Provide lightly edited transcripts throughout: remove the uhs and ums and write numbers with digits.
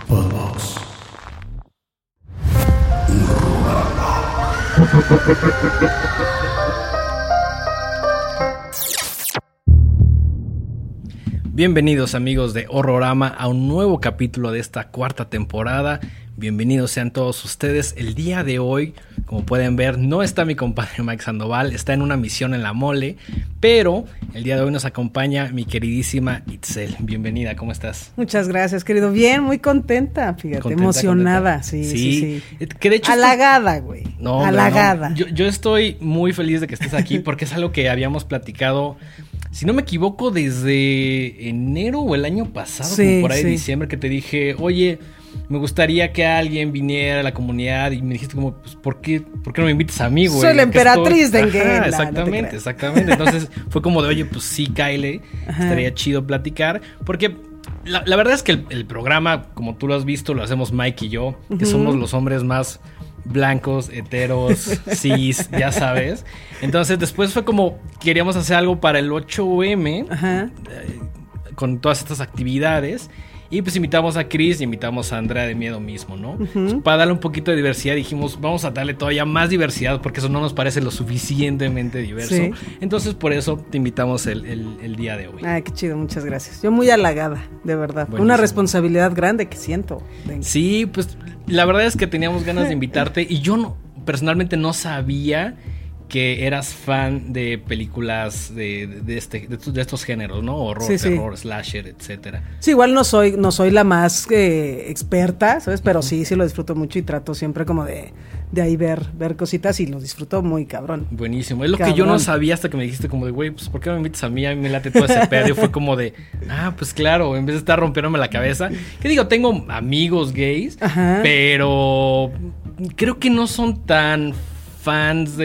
Podbox. Bienvenidos amigos de Horrorama a un nuevo capítulo de esta cuarta temporada. Bienvenidos sean todos ustedes. El día de hoy, como pueden ver, no está mi compadre Mike Sandoval, está en una misión en la mole, pero el día de hoy nos acompaña mi queridísima Itzel. Bienvenida, ¿cómo estás? Muchas gracias, querido. Bien, muy contenta, fíjate, ¿Contenta, emocionada, contenta? Sí. Que de hecho halagada, güey. No, halagada. No. Yo estoy muy feliz de que estés aquí porque es algo que habíamos platicado, si no me equivoco, desde enero o el año pasado, como por ahí de diciembre, que te dije, oye, me gustaría que alguien viniera a la comunidad, y me dijiste como, pues, ¿por qué no me invitas a mí, güey? Soy la emperatriz de Enguela. Exactamente. Entonces fue como de, oye, pues sí, Kyle, estaría chido platicar, porque la verdad es que el programa, como tú lo has visto, lo hacemos Mike y yo, que somos los hombres más blancos, heteros, cis, ya sabes. Entonces después fue como, queríamos hacer algo para el 8M, con todas estas actividades. Y pues invitamos a Chris y invitamos a Andrea de Miedo Mismo, ¿no? Entonces, para darle un poquito de diversidad dijimos, vamos a darle todavía más diversidad porque eso no nos parece lo suficientemente diverso. Entonces por eso te invitamos el día de hoy. Ay, qué chido, muchas gracias. Yo muy halagada, de verdad. Buenísimo. Una responsabilidad grande que siento. Venga. Sí, pues la verdad es que teníamos ganas de invitarte y yo personalmente no sabía que eras fan de películas de estos géneros, ¿no? Horror, terror, slasher, etcétera. Sí, igual no soy la más experta, ¿sabes? Pero sí lo disfruto mucho y trato siempre como de ahí ver cositas y lo disfruto muy cabrón. Buenísimo. Es lo que yo no sabía hasta que me dijiste como de, güey, pues ¿por qué no me invitas a mí? A mí me late todo ese pedo. Y fue como de, pues claro, en vez de estar rompiéndome la cabeza. Que digo, tengo amigos gays, pero creo que no son tan fans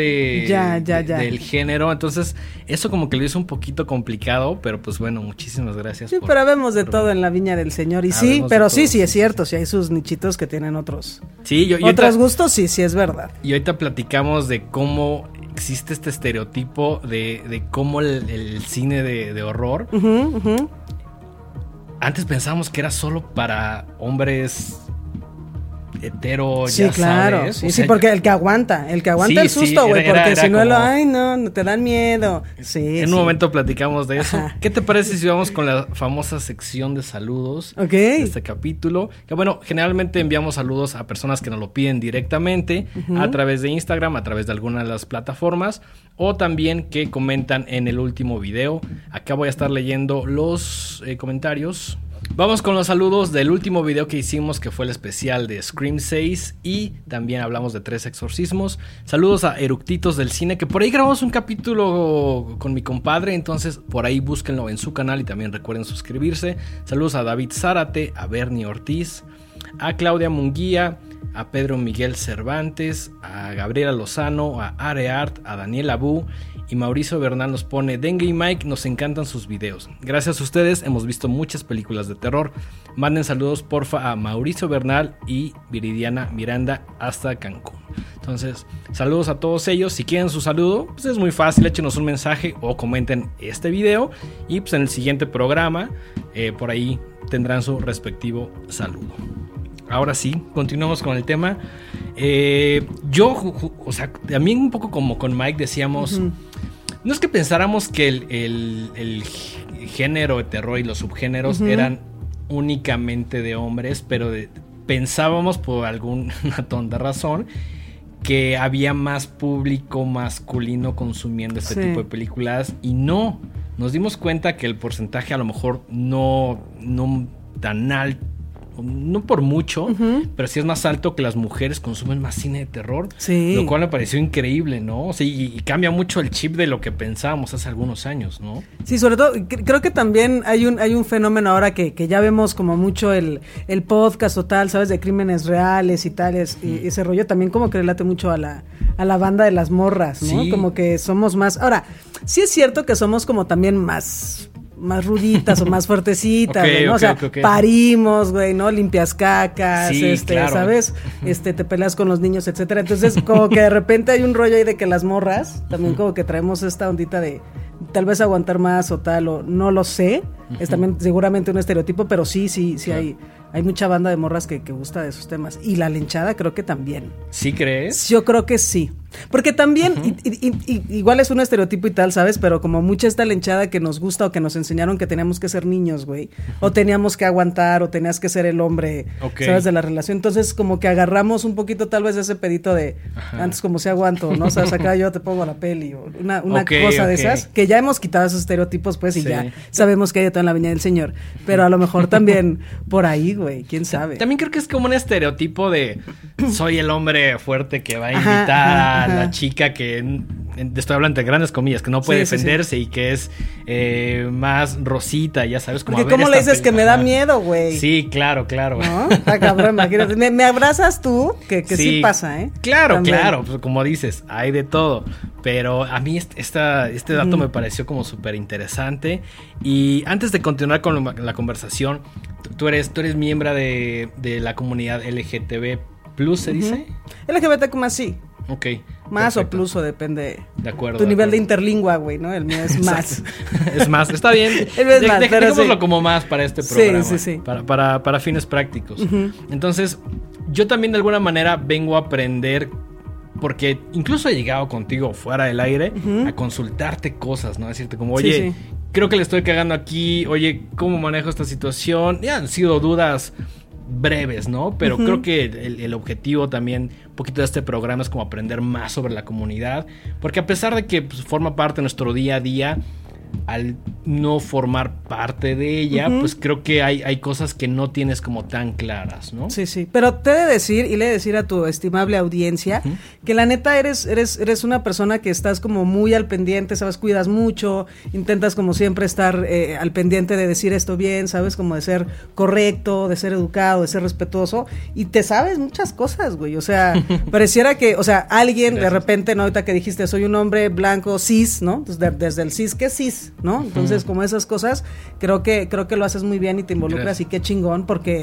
del género, entonces eso como que lo hizo un poquito complicado, pero pues bueno, muchísimas gracias. Sí, pero vemos de todo en la viña del Señor y sí, pero sí es cierto, sí hay sus nichitos que tienen otros otros gustos, sí es verdad. Y ahorita platicamos de cómo existe este estereotipo de cómo el cine de horror antes pensábamos que era solo para hombres hetero, sí, ya claro, sabes. Sí, porque el que aguanta el susto, güey, porque si no como... no te dan miedo. Sí. En un momento platicamos de eso. ¿Qué te parece si vamos con la famosa sección de saludos de este capítulo? Que bueno, generalmente enviamos saludos a personas que nos lo piden directamente a través de Instagram, a través de alguna de las plataformas, o también que comentan en el último video. Acá voy a estar leyendo los comentarios. Vamos con los saludos del último video que hicimos, que fue el especial de Scream 6, y también hablamos de 3 exorcismos. Saludos a Eructitos del Cine, que por ahí grabamos un capítulo con mi compadre, entonces por ahí búsquenlo en su canal y también recuerden suscribirse. Saludos a David Zárate, a Bernie Ortiz, a Claudia Munguía, a Pedro Miguel Cervantes, a Gabriela Lozano, a Areart, a Daniel Abú. Y Mauricio Bernal nos pone, Dengue y Mike, nos encantan sus videos. Gracias a ustedes hemos visto muchas películas de terror. Manden saludos porfa a Mauricio Bernal y Viridiana Miranda hasta Cancún. Entonces, saludos a todos ellos. Si quieren su saludo, pues es muy fácil, échenos un mensaje o comenten este video. Y pues en el siguiente programa, por ahí tendrán su respectivo saludo. Ahora sí, continuamos con el tema. O sea, también un poco como con Mike decíamos, no es que pensáramos que el género de terror y los subgéneros eran únicamente de hombres, pero pensábamos por alguna tonta razón que había más público masculino consumiendo este tipo de películas, y no, nos dimos cuenta que el porcentaje a lo mejor no tan alto, no por mucho, pero sí es más alto que las mujeres consumen más cine de terror, lo cual me pareció increíble, ¿no? O sea, y cambia mucho el chip de lo que pensábamos hace algunos años, ¿no? Sí, sobre todo, creo que también hay un fenómeno ahora que ya vemos como mucho el podcast o tal, ¿sabes? De crímenes reales y tales, y ese rollo también como que relate mucho a la banda de las morras, ¿no? Sí. Como que somos más... Ahora, sí es cierto que somos como también más ruditas o más fuertecitas, ¿no? O sea, parimos, güey, ¿no? Limpias cacas, claro. ¿Sabes? Te peleas con los niños, etcétera. Entonces, como que de repente hay un rollo ahí de que las morras también como que traemos esta ondita de tal vez aguantar más o tal, o no lo sé. Es también seguramente un estereotipo, pero sí hay mucha banda de morras que gusta de esos temas. Y la lenchada creo que también. ¿Sí crees? Yo creo que sí. Porque también, igual es un estereotipo y tal, ¿sabes? Pero como mucha esta lenchada que nos gusta o que nos enseñaron que teníamos que ser niños, güey. O teníamos que aguantar o tenías que ser el hombre, ¿sabes? De la relación. Entonces como que agarramos un poquito tal vez ese pedito de antes como si aguanto, ¿no? O sea, acá yo te pongo la peli o una cosa de esas. Que ya hemos quitado esos estereotipos, pues, y ya sabemos que hay de todo en la viña del Señor. Pero a lo mejor también por ahí, güey, quién sabe. También creo que es como un estereotipo de soy el hombre fuerte que va a invitar a la chica que, estoy hablando entre grandes comillas, que no puede defenderse y que es más rosita, ya sabes. Como porque ¿cómo le dices que me da miedo, güey? Sí, claro. ¿No? Está cabrón, imagínate. ¿Me abrazas tú? Que sí pasa, ¿eh? Claro, también. Claro, pues como dices, hay de todo. Pero a mí este dato me pareció como súper interesante. Y antes de continuar con la conversación, tú eres miembro de la comunidad LGTB+, ¿se dice? LGBT como así. Ok. Más perfecto. O plus o depende de acuerdo, tu nivel de interlingua, güey, ¿no? El mío es más. Es más, está bien. Dejémoslo como más para este programa. Sí. Para fines prácticos. Entonces, yo también de alguna manera vengo a aprender, porque incluso he llegado contigo fuera del aire a consultarte cosas, ¿no? A decirte como, oye, creo que le estoy cagando aquí, oye, ¿cómo manejo esta situación? Ya han sido dudas breves, ¿no? Pero creo que el objetivo también un poquito de este programa es como aprender más sobre la comunidad, porque a pesar de que pues, forma parte de nuestro día a día, al no formar parte de ella, pues creo que hay cosas que no tienes como tan claras, ¿no? Sí, pero te he de decir, y le he de decir a tu estimable audiencia, que la neta eres una persona que estás como muy al pendiente, ¿sabes? Cuidas mucho, intentas como siempre estar al pendiente de decir esto bien, ¿sabes? Como de ser correcto, de ser educado, de ser respetuoso, y te sabes muchas cosas, güey, o sea, pareciera que, o sea, alguien de repente, ¿no? Ahorita que dijiste, soy un hombre blanco cis, ¿no? Entonces, desde el cis, ¿qué es cis? ¿No? Entonces, como esas cosas, creo que lo haces muy bien y te involucras. Gracias. Y qué chingón, porque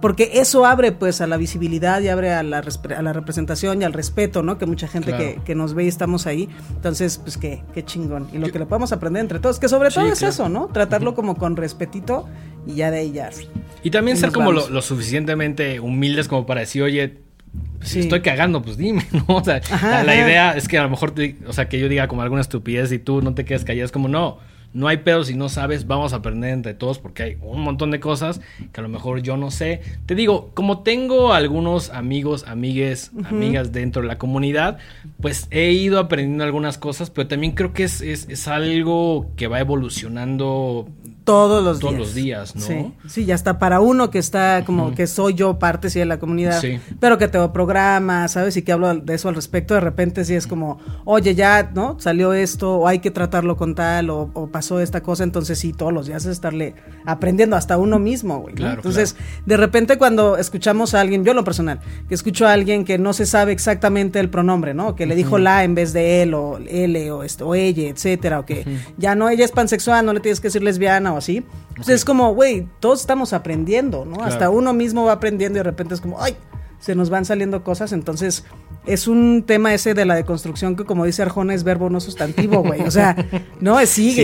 eso abre pues a la visibilidad y abre a la representación y al respeto, ¿no? Que mucha gente que nos ve y estamos ahí. Entonces, pues qué chingón. Y lo que le podemos aprender entre todos, que sobre todo es eso, ¿no? Tratarlo como con respetito y ya de ahí ya. Y también ser como lo suficientemente humildes como para decir, oye, si estoy cagando, pues dime, ¿no? O sea, la idea es que a lo mejor, o sea, que yo diga como alguna estupidez y tú no te quedes callado. Es como, no hay pedo si no sabes, vamos a aprender entre todos porque hay un montón de cosas que a lo mejor yo no sé. Te digo, como tengo algunos amigos, amigas dentro de la comunidad, pues he ido aprendiendo algunas cosas, pero también creo que es algo que va evolucionando todos los días, ¿no? Sí, y hasta para uno que está como que soy yo parte de la comunidad, pero que tengo programas, ¿sabes? Y que hablo de eso al respecto, de repente sí es como, oye, ya, ¿no? Salió esto, o hay que tratarlo con tal, o pasó esta cosa, entonces sí, todos los días es estarle aprendiendo hasta uno mismo, güey, ¿no? Claro, entonces, de repente cuando escuchamos a alguien, yo en lo personal, que escucho a alguien que no se sabe exactamente el pronombre, ¿no? Que le dijo la en vez de él, o él, o ella, etcétera, o que ya no, ella es pansexual, no le tienes que decir lesbiana o así. Entonces es como, güey, todos estamos aprendiendo, ¿no? Claro. Hasta uno mismo va aprendiendo y de repente es como, ay, se nos van saliendo cosas. Entonces es un tema ese de la deconstrucción que, como dice Arjona, es verbo no sustantivo, güey. O sea, no, sigue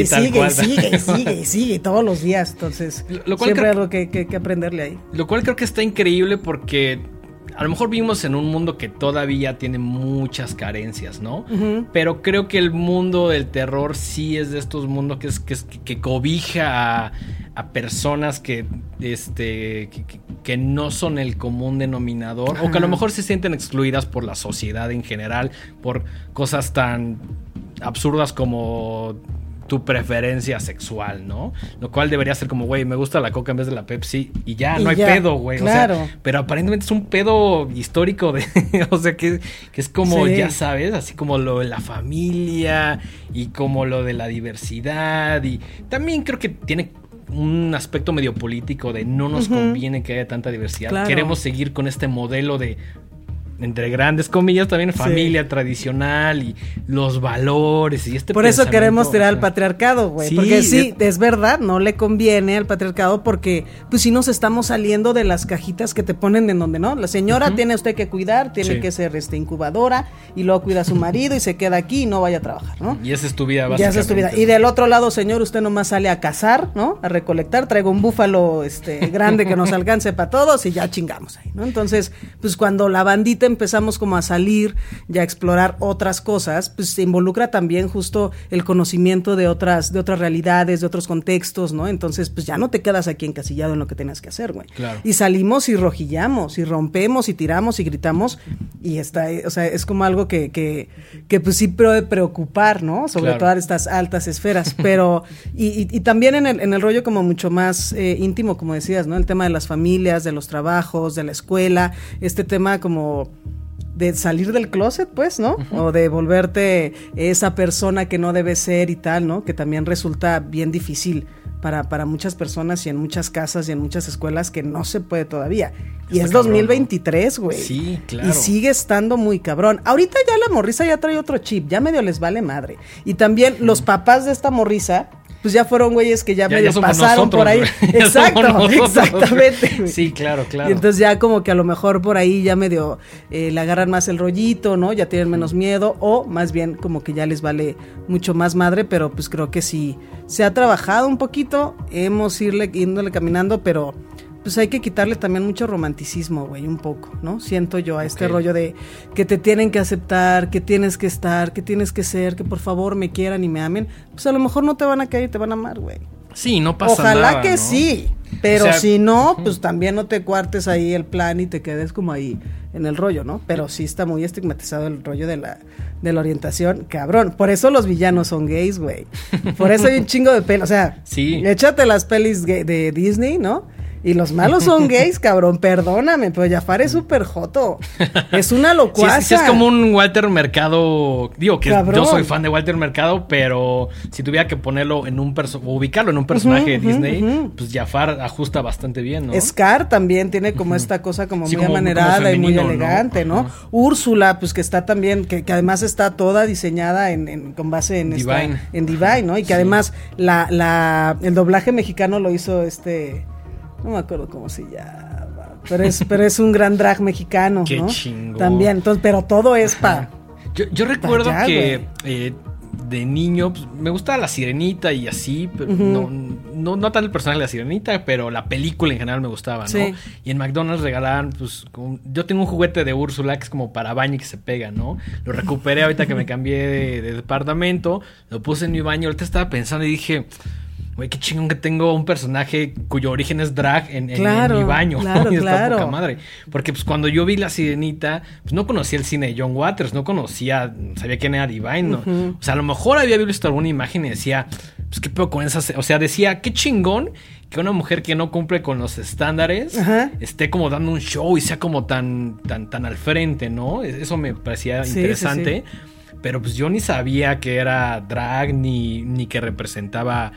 todos los días. Entonces siempre hay algo que aprenderle ahí. Lo cual creo que está increíble porque a lo mejor vivimos en un mundo que todavía tiene muchas carencias, ¿no? Pero creo que el mundo del terror sí es de estos mundos que cobija a personas que no son el común denominador, o que a lo mejor se sienten excluidas por la sociedad en general, por cosas tan absurdas como tu preferencia sexual, ¿no? Lo cual debería ser como, güey, me gusta la Coca en vez de la Pepsi y ya, no hay pedo, güey. Claro. O sea, pero aparentemente es un pedo histórico de, o sea, que es como, ya sabes, así como lo de la familia y como lo de la diversidad, y también creo que tiene un aspecto medio político de no nos conviene que haya tanta diversidad. Claro. Queremos seguir con este modelo de entre grandes comillas, también familia tradicional y los valores y por eso queremos tirar al patriarcado, güey. Porque es verdad, no le conviene al patriarcado porque, pues, si nos estamos saliendo de las cajitas que te ponen en donde, ¿no? La señora tiene usted que cuidar, tiene que ser incubadora y luego cuida a su marido y se queda aquí y no vaya a trabajar, ¿no? Y esa es tu vida, básicamente. Ya esa es tu vida. Y del otro lado, señor, usted nomás sale a cazar, ¿no? A recolectar, traigo un búfalo grande que nos alcance para todos y ya chingamos ahí, ¿no? Entonces, pues cuando la bandita empezamos como a salir y a explorar otras cosas, pues se involucra también justo el conocimiento de otras realidades, de otros contextos, ¿no? Entonces, pues ya no te quedas aquí encasillado en lo que tenías que hacer, güey. Claro. Y salimos y rojillamos y rompemos y tiramos y gritamos y es como algo que pues sí puede preocupar, ¿no? Sobre todas estas altas esferas, pero y también en el rollo como mucho más íntimo, como decías, ¿no? El tema de las familias, de los trabajos, de la escuela, este tema como de salir del closet, pues, ¿no? O de volverte esa persona que no debe ser y tal, ¿no? Que también resulta bien difícil para muchas personas y en muchas casas y en muchas escuelas que no se puede todavía. Y es 2023, güey. Sí, claro. Y sigue estando muy cabrón. Ahorita ya la morrisa ya trae otro chip, ya medio les vale madre. Y también los papás de esta morrisa, pues ya fueron güeyes que ya medio pasaron nosotros, por ahí. Exactamente, güey. Sí, claro. Y entonces ya como que a lo mejor por ahí ya medio le agarran más el rollito, ¿no? Ya tienen menos miedo, o más bien como que ya les vale mucho más madre, pero pues creo que sí se ha trabajado un poquito, hemos índole caminando, pero pues hay que quitarle también mucho romanticismo, güey, un poco, ¿no? Siento yo a este rollo de que te tienen que aceptar, que tienes que estar, que tienes que ser, que por favor me quieran y me amen. Pues a lo mejor no te van a caer y te van a amar, güey. Sí, no pasa nada. Ojalá que sí, pero si no, pues también no te cuartes ahí el plan y te quedes como ahí en el rollo, ¿no? Pero sí está muy estigmatizado el rollo de la orientación, cabrón. Por eso los villanos son gays, güey. Por eso hay un chingo de pelo, o sea, échate las pelis de Disney, ¿no? Y los malos son gays, cabrón, perdóname, pero Jafar es súper joto. Es una locuaza. Sí, es como un Walter Mercado. Digo que yo soy fan de Walter Mercado, pero si tuviera que ponerlo en ubicarlo en un personaje de Disney, pues Jafar ajusta bastante bien, ¿no? Scar también tiene como esta cosa como muy amanerada y muy elegante, ¿no? Úrsula, pues que está también, que además está toda diseñada con base en Divine. En Divine, ¿no? Y que además el doblaje mexicano lo hizo no me acuerdo cómo se llama, pero es un gran drag mexicano, Qué ¿no? chingón. Entonces, pero todo es Yo recuerdo que de niño pues, me gustaba La Sirenita y así, pero no tanto el personaje de La Sirenita, pero la película en general me gustaba, ¿no? Sí. Y en McDonald's regalaban, pues, yo tengo un juguete de Úrsula que es como para baño y que se pega, ¿no? Lo recuperé ahorita que me cambié de departamento, lo puse en mi baño, ahorita estaba pensando y dije... Güey, qué chingón que tengo un personaje cuyo origen es drag en mi baño. Claro, y está poca madre. Porque pues cuando yo vi La Sirenita, pues no conocía el cine de John Waters, sabía quién era Divine, ¿no? O sea, a lo mejor había visto alguna imagen y decía, pues qué pedo con esas... O sea, decía, qué chingón que una mujer que no cumple con los estándares esté como dando un show y sea como tan al frente, ¿no? Eso me parecía interesante. Sí. Pero pues yo ni sabía que era drag ni que representaba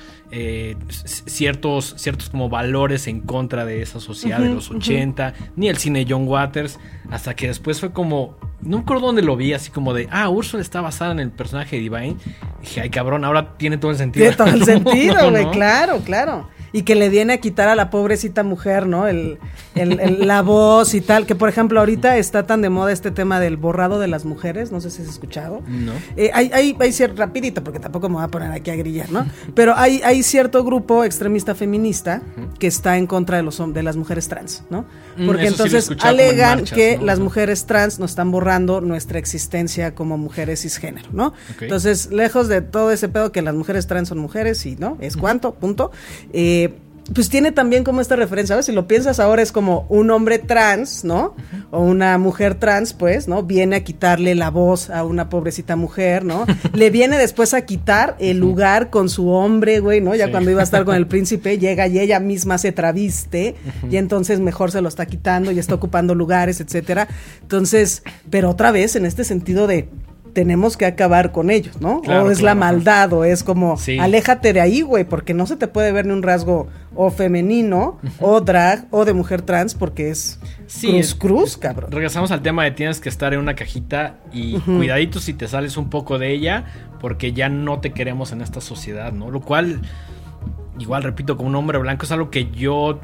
ciertos como valores en contra de esa sociedad de los 80, ni el cine de John Waters, hasta que después fue como, no me acuerdo dónde lo vi, así como de, Úrsula está basada en el personaje de Divine. Y dije, ay cabrón, ahora tiene todo el sentido. Tiene todo el sentido, güey, ¿no? Claro. Y que le viene a quitar a la pobrecita mujer, ¿no? La voz y tal. Que, por ejemplo, ahorita está tan de moda este tema del borrado de las mujeres. No sé si has escuchado. No. Hay cierto, rapidito, porque tampoco me voy a poner aquí a grillar, ¿no? Pero hay cierto grupo extremista feminista que está en contra de las mujeres trans, ¿no? Porque entonces sí alegan marchas, que ¿no? Las mujeres trans nos están borrando nuestra existencia como mujeres cisgénero, ¿no? Okay. Entonces, lejos de todo ese pedo que las mujeres trans son mujeres y, ¿no? Es cuanto, punto. Pues tiene también como esta referencia, ¿sabes? Si lo piensas ahora es como un hombre trans, ¿no? O una mujer trans, pues, ¿no? Viene a quitarle la voz a una pobrecita mujer, ¿no? Le viene después a quitar el lugar con su hombre, güey, ¿no? Ya cuando iba a estar con el príncipe, llega y ella misma se traviste y entonces mejor se lo está quitando y está ocupando lugares, etcétera. Entonces, pero otra vez en este sentido de tenemos que acabar con ellos, ¿no? Claro, o es la maldad, o es como, aléjate de ahí, güey, porque no se te puede ver ni un rasgo o femenino, o drag, o de mujer trans, porque es cruz, cabrón. Regresamos al tema de tienes que estar en una cajita y cuidadito si te sales un poco de ella, porque ya no te queremos en esta sociedad, ¿no? Lo cual, igual, repito, como un hombre blanco es algo que yo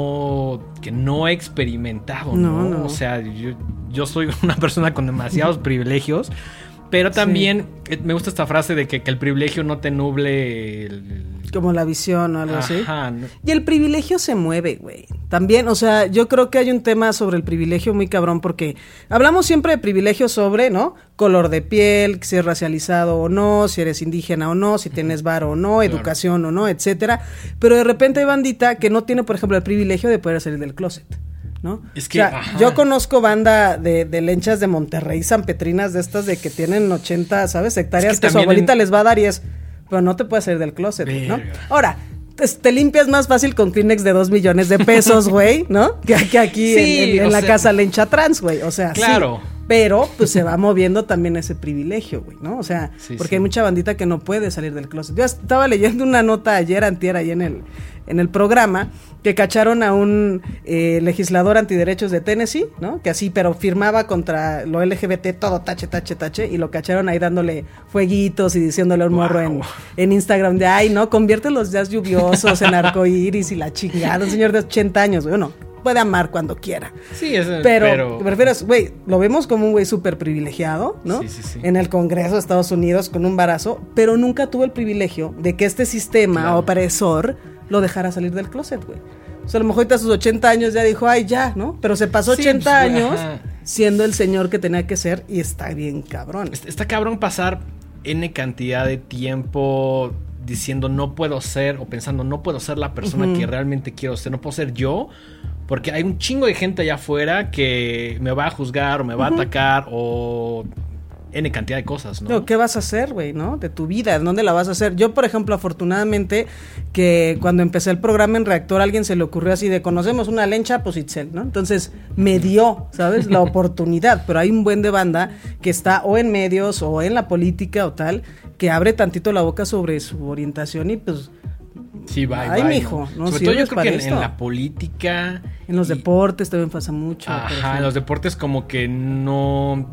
no he experimentado, ¿no? O sea, yo soy una persona con demasiados privilegios, pero también me gusta esta frase de que el privilegio no te nuble como la visión o algo así. No. Y el privilegio se mueve, güey. También, o sea, yo creo que hay un tema sobre el privilegio muy cabrón, porque hablamos siempre de privilegio sobre, ¿no? Color de piel, si es racializado o no, si eres indígena o no, si tienes varo o no, educación o no, etcétera. Pero de repente hay bandita que no tiene, por ejemplo, el privilegio de poder salir del closet, ¿no? Es que, o sea, yo conozco banda de lenchas de Monterrey, sanpetrinas de estas de que tienen 80, ¿sabes? Hectáreas que su abuelita les va a dar y es, pero no te puedes salir del closet, ¿no? Ahora, te limpias más fácil con Kleenex de 2 millones de pesos, güey, ¿no? Que aquí en la casa lencha trans, güey, o sea, claro. Sí. Pero, pues, se va moviendo también ese privilegio, güey, ¿no? O sea, porque hay mucha bandita que no puede salir del closet. Yo estaba leyendo una nota antier, ahí en el programa, que cacharon a un legislador antiderechos de Tennessee, ¿no? Que así, pero firmaba contra lo LGBT, todo tache, y lo cacharon ahí dándole fueguitos y diciéndole a un morro en Instagram de, ay, ¿no? Convierte los días lluviosos en arcoíris y la chingada, un señor de 80 años, güey, no. Puede amar cuando quiera. Sí, pero me refiero, güey, lo vemos como un güey súper privilegiado, ¿no? Sí. En el Congreso de Estados Unidos con un barazo, pero nunca tuvo el privilegio de que este sistema opresor lo dejara salir del closet, güey. O sea, a lo mejor ahorita a sus 80 años ya dijo, ay, ya, ¿no? Pero se pasó 80 años siendo el señor que tenía que ser y está bien cabrón. Está cabrón pasar N cantidad de tiempo diciendo no puedo ser, o pensando no puedo ser la persona que realmente quiero ser, no puedo ser yo, porque hay un chingo de gente allá afuera que me va a juzgar o me va a atacar o N cantidad de cosas, ¿no? Pero, ¿qué vas a hacer, güey, no? De tu vida, ¿en dónde la vas a hacer? Yo, por ejemplo, afortunadamente, que cuando empecé el programa en Reactor, a alguien se le ocurrió así de, conocemos una lencha, pues Itzel, ¿no? Entonces, me dio, ¿sabes? La oportunidad, pero hay un buen de banda que está o en medios o en la política o tal, que abre tantito la boca sobre su orientación y pues... Sí, ay, mijo, ¿no? Sobre todo yo creo que en la política... En los deportes también pasa mucho. Ajá, en los deportes como que no,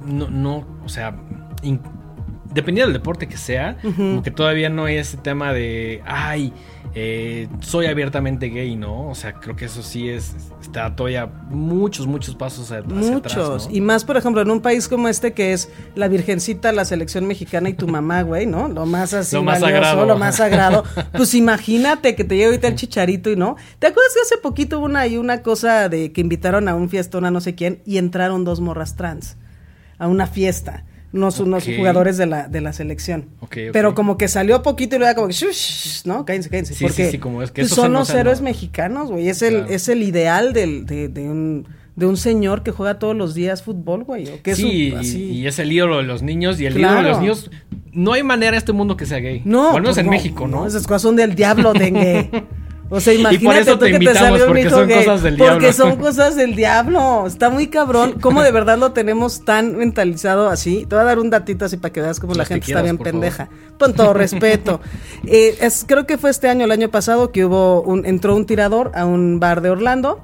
o sea, dependiendo del deporte que sea, como que todavía no hay ese tema de, ay, soy abiertamente gay, ¿no? O sea, creo que eso sí está todavía muchos pasos hacia atrás, ¿no? Y más, por ejemplo, en un país como este que es la virgencita, la selección mexicana y tu mamá, güey, ¿no? Lo más así lo más valioso, sagrado. Lo más sagrado. Pues imagínate que te llegue ahorita el Chicharito y no. ¿Te acuerdas que hace poquito hubo una cosa de que invitaron a un fiestón a no sé quién y entraron 2 morras trans a una fiesta? Unos jugadores de la selección. Okay. Pero como que salió poquito y luego como que shush, ¿no? Cállense. Sí, porque sí, como es que pues son los héroes mexicanos, güey. Es el ideal de un señor que juega todos los días fútbol, güey. O que y es el ídolo de los niños. Y el ídolo de los niños, no hay manera en este mundo que sea gay. No. O al menos en México, ¿no? Esas cosas son del diablo, dengue. O sea, imagínate y por eso te invitamos, porque son cosas del diablo. Porque son cosas del diablo. Está muy cabrón. ¿Cómo de verdad lo tenemos tan mentalizado así? Te voy a dar un datito así para que veas cómo la gente está bien pendeja. Con todo respeto. Creo que fue el año pasado, que entró un tirador a un bar de Orlando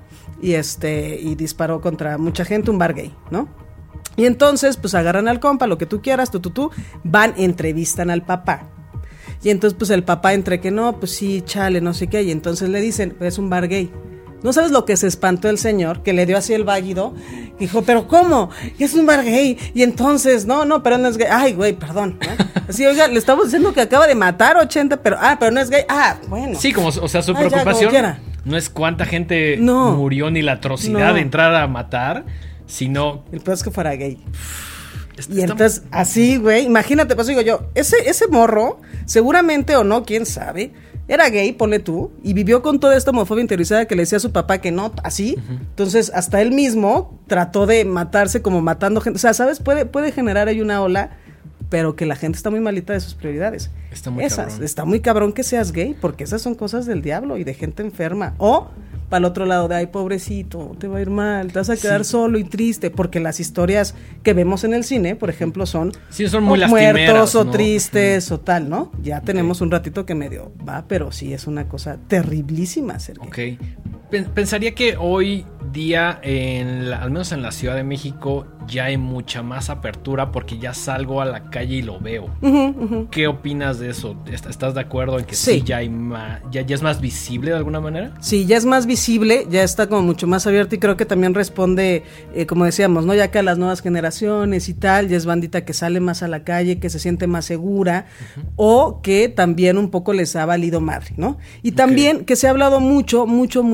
y disparó contra mucha gente, un bar gay, ¿no? Y entonces, pues agarran al compa, lo que tú quieras, tú, van, entrevistan al papá. Y entonces, pues, el papá entre que no, pues sí, chale, no sé qué. Y entonces le dicen, pues, es un bar gay. ¿No sabes lo que se espantó el señor? Que le dio así el váguido. Dijo, ¿pero cómo? Es un bar gay. Y entonces, no, pero no es gay. Ay, güey, perdón, ¿no? Así, oiga, le estamos diciendo que acaba de matar 80, pero no es gay. Ah, bueno. Sí, como, o sea, su preocupación no es cuánta gente murió ni la atrocidad de entrar a matar, sino... El peor es que fuera gay. Y entonces, así, güey, imagínate, pues digo yo, ese morro, seguramente o no, quién sabe, era gay, ponle tú, y vivió con toda esta homofobia interiorizada que le decía a su papá que no, así. Entonces, hasta él mismo trató de matarse como matando gente. O sea, ¿sabes? Puede generar ahí una ola, pero que la gente está muy malita de sus prioridades. Está muy cabrón que seas gay, porque esas son cosas del diablo y de gente enferma. O para el otro lado de, ay, pobrecito, te va a ir mal, te vas a quedar solo y triste, porque las historias que vemos en el cine, por ejemplo, son muy muertos o tristes o tal, ¿no? Ya tenemos un ratito que medio va, pero sí es una cosa terriblísima, Sergio. Ok. Pensaría que hoy día, al menos en la Ciudad de México, ya hay mucha más apertura porque ya salgo a la calle y lo veo. ¿Qué opinas de eso? ¿Estás de acuerdo en que sí ya hay ya es más visible de alguna manera? Sí, ya es más visible, ya está como mucho más abierto y creo que también responde, como decíamos, ¿no? Ya que a las nuevas generaciones y tal, ya es bandita que sale más a la calle, que se siente más segura o que también un poco les ha valido madre, ¿no? Y también que se ha hablado mucho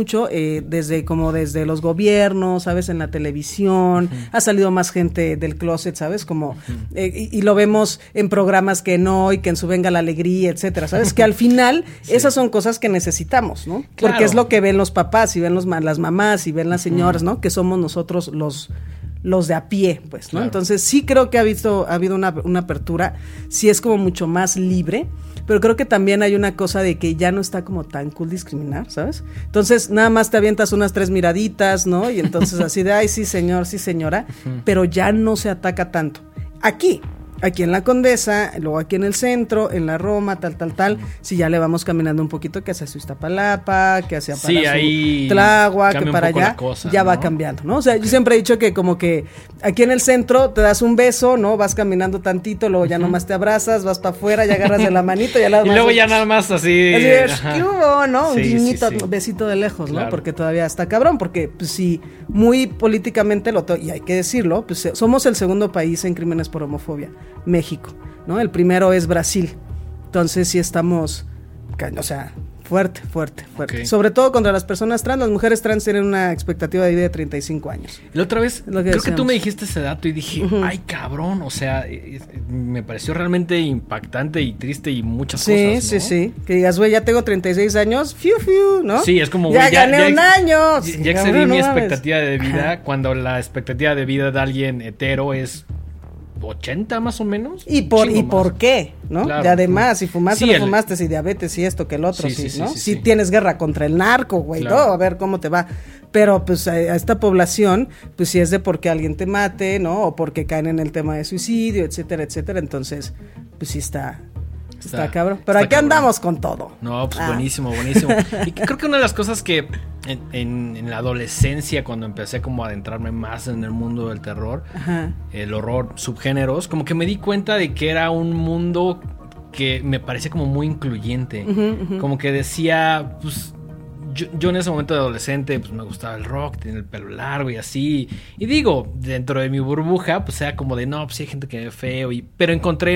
desde los gobiernos, ¿sabes? En la televisión, ha salido más gente del closet, ¿sabes? Como, y lo vemos en programas que no, y que en su Venga la Alegría, etcétera, ¿sabes? Que al final, esas son cosas que necesitamos, ¿no? Claro. Porque es lo que ven los papás, y ven las mamás, y ven las señoras, ¿no? Que somos nosotros los de a pie, pues, ¿no? Claro. Entonces, sí creo que ha habido una apertura, sí es como mucho más libre, pero creo que también hay una cosa de que ya no está como tan cool discriminar, ¿sabes? Entonces, nada más te avientas unas 3 miraditas, ¿no? Y entonces así de, ay, sí, señor, sí, señora, pero ya no se ataca tanto. Aquí en la Condesa, luego aquí en el centro, en la Roma, tal, si ya le vamos caminando un poquito, que hacia Iztapalapa, que hacia Tláhuac, que para allá, cosa, ya, ¿no? Va cambiando, ¿no? O sea, yo siempre he dicho que como que aquí en el centro te das un beso, ¿no? Vas caminando tantito, luego ya nomás te abrazas, vas para afuera, ya agarras de la manito, y luego ya nada más así ¿qué hubo, no? Un guiñito, besito de lejos, ¿no? Claro. Porque todavía está cabrón, porque pues sí, muy políticamente y hay que decirlo, pues somos el segundo país en crímenes por homofobia. México, ¿no? El primero es Brasil. Entonces sí estamos, o sea, fuerte. Okay. Sobre todo contra las personas trans. Las mujeres trans tienen una expectativa de vida de 35 años. La otra vez, creo que tú me dijiste ese dato y dije, ay, cabrón, o sea, me pareció realmente impactante y triste y muchas cosas, ¿no? Sí. Que digas, güey, ya tengo 36 años, ¿no? Sí, es como, ya gané un año. Ya excedí mi expectativa de vida cuando la expectativa de vida de alguien hetero es 80 más o menos. ¿Y por qué? ¿No? Claro. Y además, si fumaste, no fumaste, si diabetes, si esto, que el otro, ¿no? Si tienes guerra contra el narco, güey, claro. ¿No? A ver cómo te va. Pero pues a esta población, pues si es de porque alguien te mate, ¿no? O porque caen en el tema de suicidio, etcétera. Entonces, pues sí está cabrón. Pero aquí andamos con todo. No, pues buenísimo. Y creo que una de las cosas que en la adolescencia, cuando empecé como a adentrarme más en el mundo del terror, el horror, subgéneros, como que me di cuenta de que era un mundo que me parecía como muy incluyente. Como que decía, pues yo en ese momento de adolescente, pues me gustaba el rock, tenía el pelo largo y así. Y digo, dentro de mi burbuja, pues era como de, no, pues sí hay gente que ve feo. Pero encontré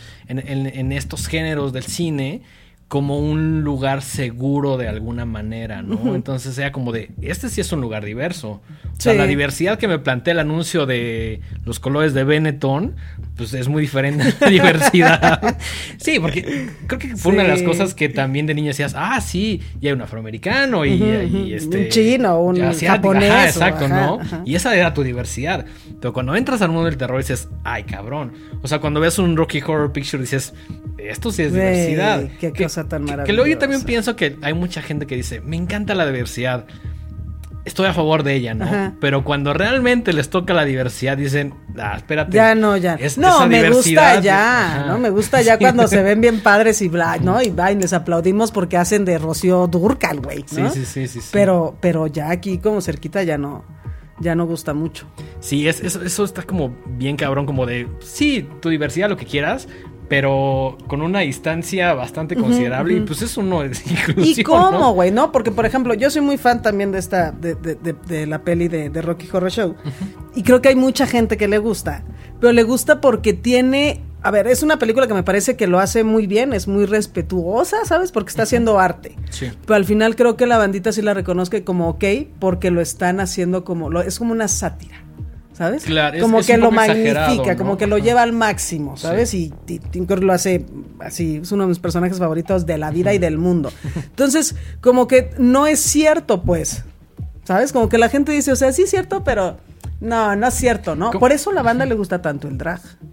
en estos géneros del cine como un lugar seguro de alguna manera, ¿no? Entonces era como de, este sí es un lugar diverso. O sea, la diversidad que me plantea el anuncio de los colores de Benetton, pues es muy diferente a la diversidad. Sí, porque creo que fue una de las cosas que también de niño decías, sí, y hay un afroamericano y un chino, un japonés. Exacto, ¿no? Y esa era tu diversidad. Pero cuando entras al mundo del terror dices, ay, cabrón. O sea, cuando ves un Rocky Horror Picture dices, esto sí es diversidad. Qué cosa tan maravillosa. Que luego yo también pienso que hay mucha gente que dice, me encanta la diversidad. Estoy a favor de ella, ¿no? Pero cuando realmente les toca la diversidad dicen, espérate. Ya. No, me gusta ya, ¿no? Me gusta ya cuando se ven bien padres y bla, ¿no? Y les aplaudimos porque hacen de Rocío Dúrcal, güey, ¿no? Sí. Pero ya aquí como cerquita ya no gusta mucho. Sí, eso está como bien cabrón, como de, sí, tu diversidad, lo que quieras, pero con una distancia bastante considerable. Y pues eso no es inclusivo. ¿Y cómo, güey? ¿No? Porque, por ejemplo, yo soy muy fan también de esta de la peli de Rocky Horror Show. Y creo que hay mucha gente que le gusta. Pero le gusta porque tiene... A ver, es una película que me parece que lo hace muy bien, es muy respetuosa, ¿sabes? Porque está haciendo arte. Sí. Pero al final creo que la bandita sí la reconozca como ok, porque lo están haciendo es como una sátira, ¿sabes? Claro, como es que un lo poco magnifica, ¿no? Como que lo lleva al máximo, ¿sabes? Sí. Y creo que lo hace así, es uno de mis personajes favoritos de la vida y del mundo. Entonces, como que no es cierto, pues, ¿sabes? Como que la gente dice, o sea, sí es cierto, pero no es cierto, ¿no? ¿Cómo? Por eso a la banda le gusta tanto el drag.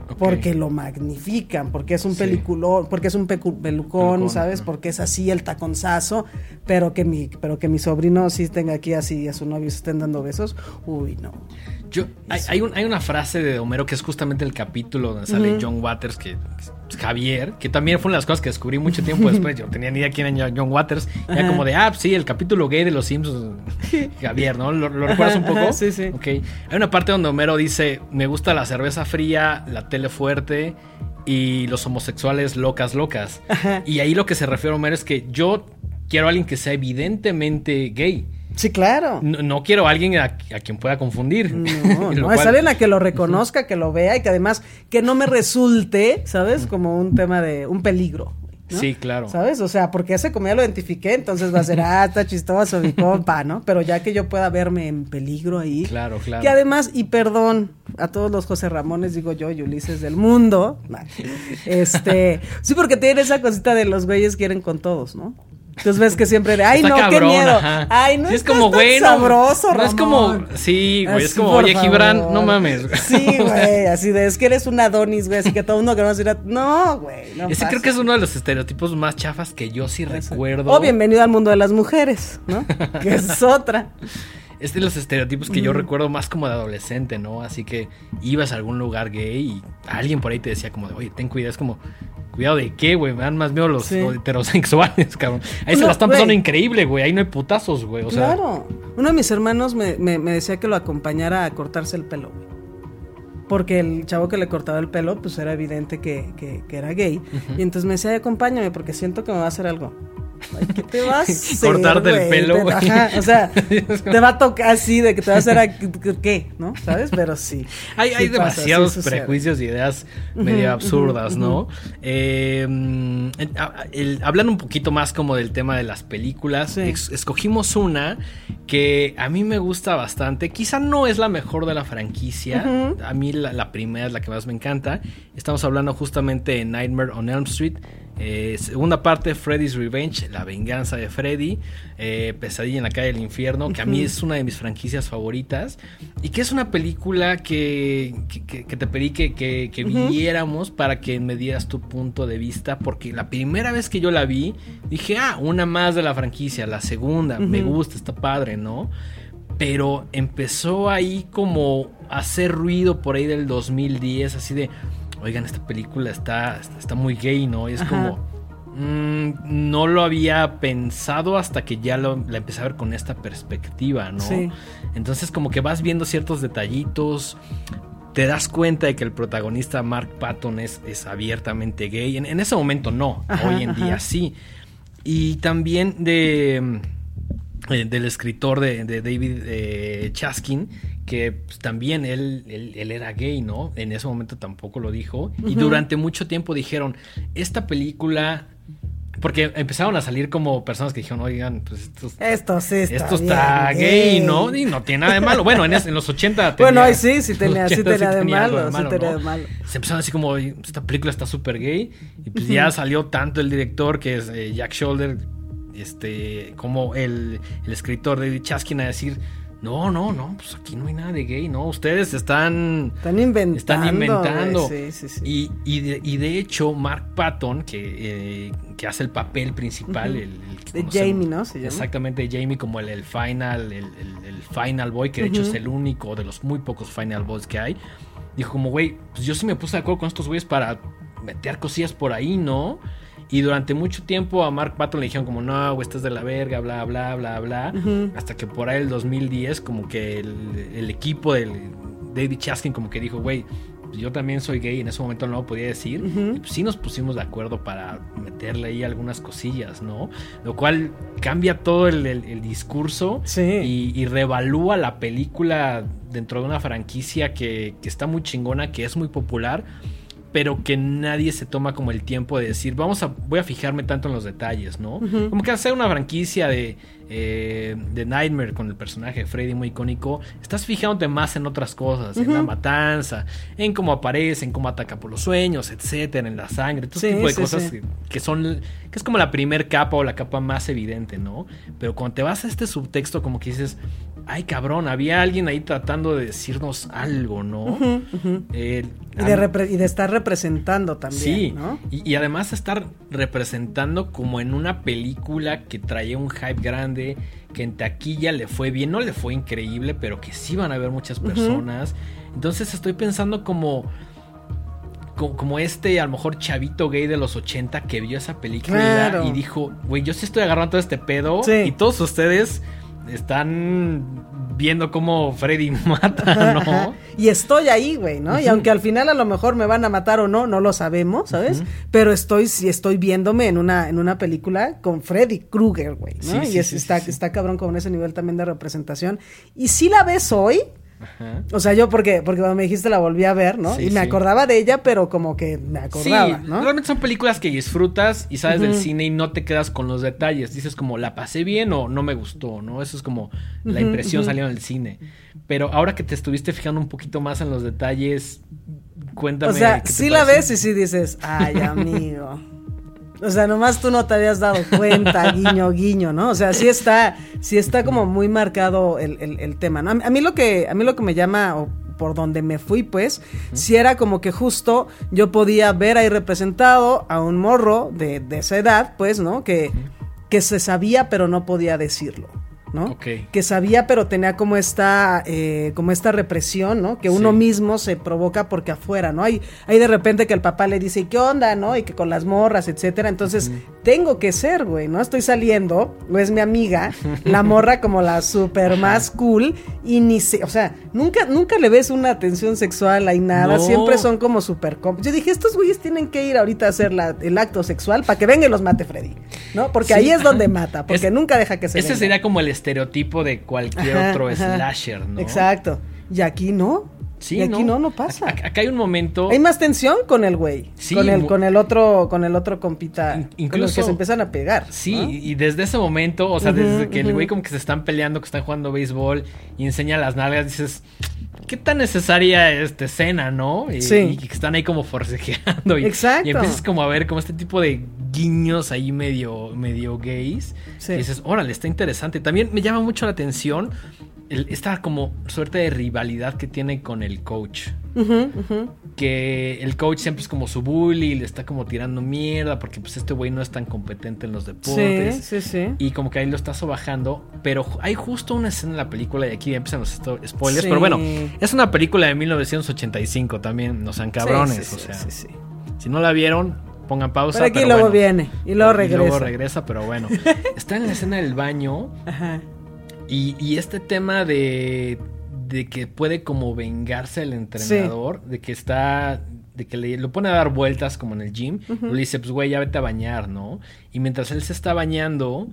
porque lo magnifican, porque es un peliculón, porque es un pelucón, ¿sabes? Porque es así el taconzazo, pero que mi sobrino sí tenga aquí así y a su novio se estén dando besos, uy, no. Hay una frase de Homero que es justamente el capítulo donde sale John Waters, que Javier, que también fue una de las cosas que descubrí mucho tiempo después. Yo tenía ni idea quién era John Waters. Era como de, sí, el capítulo gay de los Simpsons. Javier, ¿no? ¿Lo recuerdas un poco? Sí, sí. Ok. Hay una parte donde Homero dice, me gusta la cerveza fría, la tele fuerte y los homosexuales locas. Ajá. Y ahí lo que se refiere a Homero es que yo quiero a alguien que sea evidentemente gay. Sí, claro. No quiero a alguien a quien pueda confundir. No, es alguien a que lo reconozca, que lo vea y que además que no me resulte, ¿sabes? Como un tema de un peligro, ¿no? Sí, claro. ¿Sabes? O sea, porque ese como ya lo identifiqué, entonces va a ser, está chistoso mi compa, ¿no? Pero ya que yo pueda verme en peligro ahí. Claro. Que además, y perdón a todos los José Ramones, digo yo, y Ulises del mundo. Sí, porque tienen esa cosita de los güeyes quieren con todos, ¿no? Entonces ves que siempre ay, está no, cabrón, qué miedo. Ajá. Ay, no, sí, es como, güey, no sabroso, Ramón. Es como, sí, güey, así, es como, oye, Gibran, no mames. Sí, güey, así de, es que eres un Adonis, güey, así que todo el mundo que no dirá, no, güey, no. Ese creo que es uno de los estereotipos más chafas que yo sí recuerdo. O bienvenido al mundo de las mujeres, ¿no? Que es otra. Es de los estereotipos que yo recuerdo más como de adolescente, ¿no? Así que ibas a algún lugar gay y alguien por ahí te decía como de, oye, ten cuidado, es como, cuidado de qué, güey, me dan más miedo los heterosexuales, cabrón. Ahí se la están pasando increíble, güey, ahí no hay putazos, güey, o sea. Claro, uno de mis hermanos me decía que lo acompañara a cortarse el pelo, güey. Porque el chavo que le cortaba el pelo, pues era evidente que era gay. Y entonces me decía, acompáñame porque siento que me va a hacer algo. Ay, ¿qué te vas a hacer, cortarte el pelo, güey? Ajá, o sea, te va a tocar así de que te va a hacer ¿qué? ¿No? ¿Sabes? Pero sí. Hay demasiados prejuicios y ideas medio absurdas, ¿no? Hablando un poquito más como del tema de las películas, escogimos una que a mí me gusta bastante. Quizá no es la mejor de la franquicia. A mí la primera es la que más me encanta. Estamos hablando justamente de Nightmare on Elm Street. Segunda parte, Freddy's Revenge, la venganza de Freddy, Pesadilla en la calle del infierno, que a mí es una de mis franquicias favoritas y que es una película que te pedí que viéramos para que me dieras tu punto de vista, porque la primera vez que yo la vi dije, una más de la franquicia, la segunda, me gusta, está padre, ¿no? Pero empezó ahí como a hacer ruido por ahí del 2010, así de, oigan, esta película está muy gay, ¿no? Y es como, no lo había pensado hasta que ya la empecé a ver con esta perspectiva, ¿no? Sí. Entonces como que vas viendo ciertos detallitos, te das cuenta de que el protagonista Mark Patton es abiertamente gay. En ese momento no, hoy en día sí. Y también del escritor de David Chaskin, que pues, también él era gay, ¿no? En ese momento tampoco lo dijo. Y durante mucho tiempo dijeron, esta película... Porque empezaron a salir como personas que dijeron, oigan, pues esto está gay, ¿no? Y no tiene nada de malo. Bueno, en los 80 tenía... Bueno, ahí sí tenía de malo. Se empezaron así como, esta película está súper gay. Y pues ya salió tanto el director, que es Jack Sholder, como el escritor David Chaskin, a decir... No, pues aquí no hay nada de gay, ¿no? Ustedes están inventando. Sí. Y de hecho, Mark Patton, que hace el papel principal, de Jamie, ¿no? ¿Se llama? Exactamente, de Jamie como el final boy, que de hecho es el único de los muy pocos final boys que hay. Dijo como, güey, pues yo sí me puse de acuerdo con estos güeyes para meter cosillas por ahí, ¿no? Y durante mucho tiempo a Mark Patton le dijeron como, no, güey, estás de la verga, bla, bla, bla, bla. Hasta que por ahí el 2010 como que el equipo del David Chaskin como que dijo, güey, pues yo también soy gay, en ese momento no lo podía decir. Y pues sí nos pusimos de acuerdo para meterle ahí algunas cosillas, ¿no? Lo cual cambia todo el discurso y reevalúa la película dentro de una franquicia que está muy chingona, que es muy popular, pero que nadie se toma como el tiempo de decir, voy a fijarme tanto en los detalles, ¿no? Como que hacer una franquicia de The Nightmare con el personaje de Freddy muy icónico, estás fijándote más en otras cosas, en la matanza, en cómo aparece, en cómo ataca por los sueños, etcétera, en la sangre, todo tipo de cosas que es como la primer capa o la capa más evidente, ¿no? Pero cuando te vas a este subtexto, como que dices, ay cabrón, había alguien ahí tratando de decirnos algo, ¿no? Y de estar representando también, sí, ¿no? Y además estar representando como en una película que traía un hype grande, que en taquilla le fue bien, no le fue increíble, pero que sí van a ver muchas personas. Entonces estoy pensando como a lo mejor chavito gay de los 80 que vio esa película y dijo, güey, yo sí estoy agarrando todo este pedo y todos ustedes están viendo cómo Freddy mata, ¿no? Y estoy ahí, güey, ¿no? Y aunque al final a lo mejor me van a matar o no, no lo sabemos, ¿sabes? Pero estoy viéndome en una película con Freddy Krueger, güey, ¿no? Y está cabrón con ese nivel también de representación. Y si la ves hoy, o sea, yo porque cuando me dijiste la volví a ver, ¿no? Y me acordaba de ella, pero como que me acordaba, ¿no? Realmente son películas que disfrutas y sabes del cine y no te quedas con los detalles. Dices como, ¿la pasé bien o no me gustó, no? Eso es como la impresión saliendo del cine. Pero ahora que te estuviste fijando un poquito más en los detalles, cuéntame. O sea, sí la ves y sí dices, ay, amigo. O sea, nomás tú no te habías dado cuenta, guiño, guiño, ¿no? O sea, sí está como muy marcado el tema, ¿no? A mí lo que me llama, o por donde me fui, pues, sí era como que justo yo podía ver ahí representado a un morro de esa edad, pues, ¿no? Que se sabía, pero no podía decirlo, ¿no? Okay. Que sabía, pero tenía como esta represión, ¿no? Que uno mismo se provoca porque afuera, ¿no? Hay de repente que el papá le dice, ¿y qué onda, no? Y que con las morras, etcétera. Entonces, tengo que ser, güey, ¿no? Estoy saliendo, o es mi amiga, la morra como la super más cool, y ni sé, o sea, nunca le ves una tensión sexual ahí nada, siempre son como super yo dije, estos güeyes tienen que ir ahorita a hacer el acto sexual para que venga y los mate Freddy, ¿no? Porque ahí es donde mata, porque nunca deja que se ese venga. Sería como el estereotipo de cualquier otro slasher, ¿no? Exacto. Y aquí no. Sí, y aquí no pasa. Acá hay un momento. Hay más tensión con el güey. Sí, con el otro compita. Incluso con los que se empiezan a pegar. Sí, ¿no? Y desde ese momento, o sea, desde que el güey como que se están peleando, que están jugando béisbol y enseña las nalgas, dices, ¿qué tan necesaria esta escena, no? Y que están ahí como forcejeando. Exacto. Y empiezas como a ver como este tipo de guiños ahí medio gays. Sí. Y dices, órale, está interesante. También me llama mucho la atención esta como suerte de rivalidad que tiene con el coach. Que el coach siempre es como su bully y le está como tirando mierda porque pues este güey no es tan competente en los deportes. Sí. Y como que ahí lo está sobajando. Pero hay justo una escena en la película, y aquí empiezan los spoilers. Pero bueno, es una película de 1985 también, no sean cabrones. O sea, si no la vieron, pongan pausa. Pero aquí luego viene y luego regresa. Y luego regresa, pero bueno. Está en la escena del baño. Ajá. Y este tema de que puede como vengarse el entrenador, de que lo pone a dar vueltas como en el gym, y le dice, pues güey, ya vete a bañar, ¿no? Y mientras él se está bañando,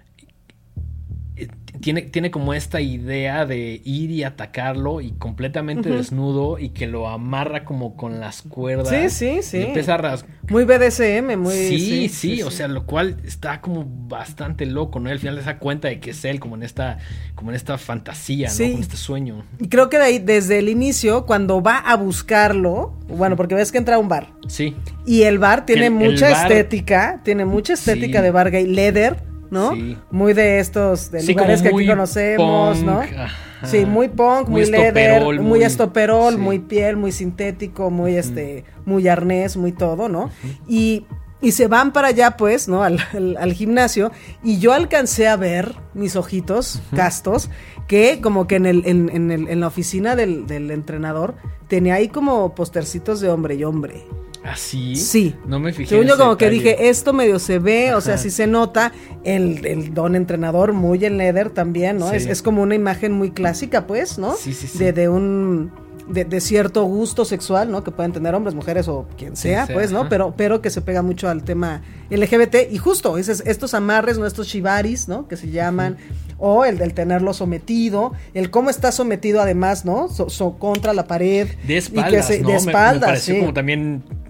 tiene como esta idea de ir y atacarlo y completamente desnudo, y que lo amarra como con las cuerdas. Sí. Y empieza a muy BDSM, muy... Sí, o sea, lo cual está como bastante loco, ¿no? Y al final se da cuenta de que es él como en esta fantasía, ¿no? Con este sueño. Y creo que de ahí, desde el inicio, cuando va a buscarlo, bueno, porque ves que entra a un bar. Sí. Y el bar tiene mucha estética de bar gay, leather, ¿no? Sí. Muy de estos de lugares que aquí conocemos, punk, ¿no? Ajá. Sí, muy punk, muy leather, muy estoperol, muy piel, muy sintético, muy muy arnés, muy todo, ¿no? Y se van para allá, pues, ¿no? Al gimnasio, y yo alcancé a ver mis ojitos castos, que como que en la oficina del entrenador tenía ahí como postercitos de hombre y hombre. ¿Ah, sí? Sí. No me fijé. Según yo como que dije, esto medio se ve, o sea, sí se nota. El don entrenador muy en leather también, ¿no? Sí. Es como una imagen muy clásica, pues, ¿no? Sí. De cierto gusto sexual, ¿no? Que pueden tener hombres, mujeres o quien sea, pues, ¿no? Pero que se pega mucho al tema LGBT. Y justo, estos amarres, ¿no? Estos shibaris, ¿no? Que se llaman. O el del tenerlo sometido. El cómo está sometido además, ¿no? Contra la pared. De espaldas, y que ¿no? De espaldas, me pareció como también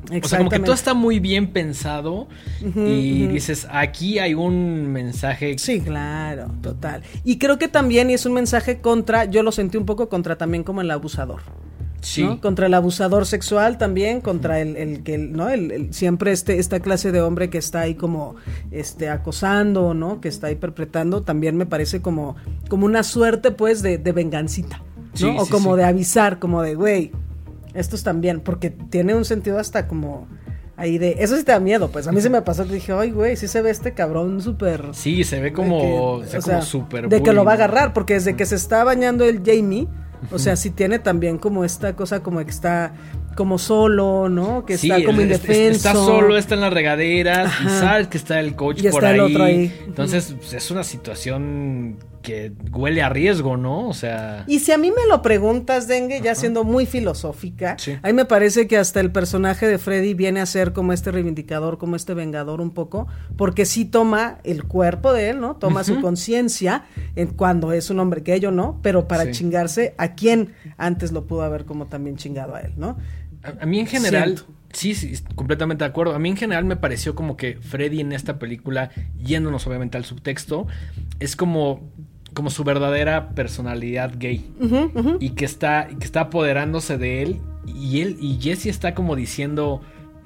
O sea, como que todo está muy bien pensado y dices, aquí hay un mensaje. Sí, claro, total. Y creo que también es un mensaje contra, yo lo sentí un poco contra también como el abusador. Sí. ¿No? Contra el abusador sexual también, contra el que, ¿no? Siempre esta clase de hombre que está ahí como acosando, ¿no? Que está ahí perpetrando, también me parece como una suerte, pues, de vengancita, ¿no? Sí, o como de avisar, como de, güey, estos también, porque tiene un sentido hasta como ahí de, eso sí te da miedo, pues, a mí se me pasó que dije, ay, güey, sí se ve este cabrón súper. Sí, se ve como, como súper. De que lo va a agarrar, porque desde que se está bañando el Jamie, o sea, sí tiene también como esta cosa como que está como solo, ¿no? Que está como indefenso. Está solo, está en las regaderas y sabes que está el coach y por está ahí. El otro ahí. Entonces, pues, es una situación que huele a riesgo, ¿no? O sea... Y si a mí me lo preguntas, Dengue, ya siendo muy filosófica, a mí me parece que hasta el personaje de Freddy viene a ser como este reivindicador, como este vengador un poco, porque sí toma el cuerpo de él, ¿no? Toma su conciencia cuando es un hombre gay o no, pero para chingarse a quien antes lo pudo haber como también chingado a él, ¿no? A mí en general... Sí, completamente de acuerdo. A mí en general me pareció como que Freddy en esta película, yéndonos obviamente al subtexto, es como su verdadera personalidad gay. Y que está apoderándose de él. Y Jesse está como diciendo...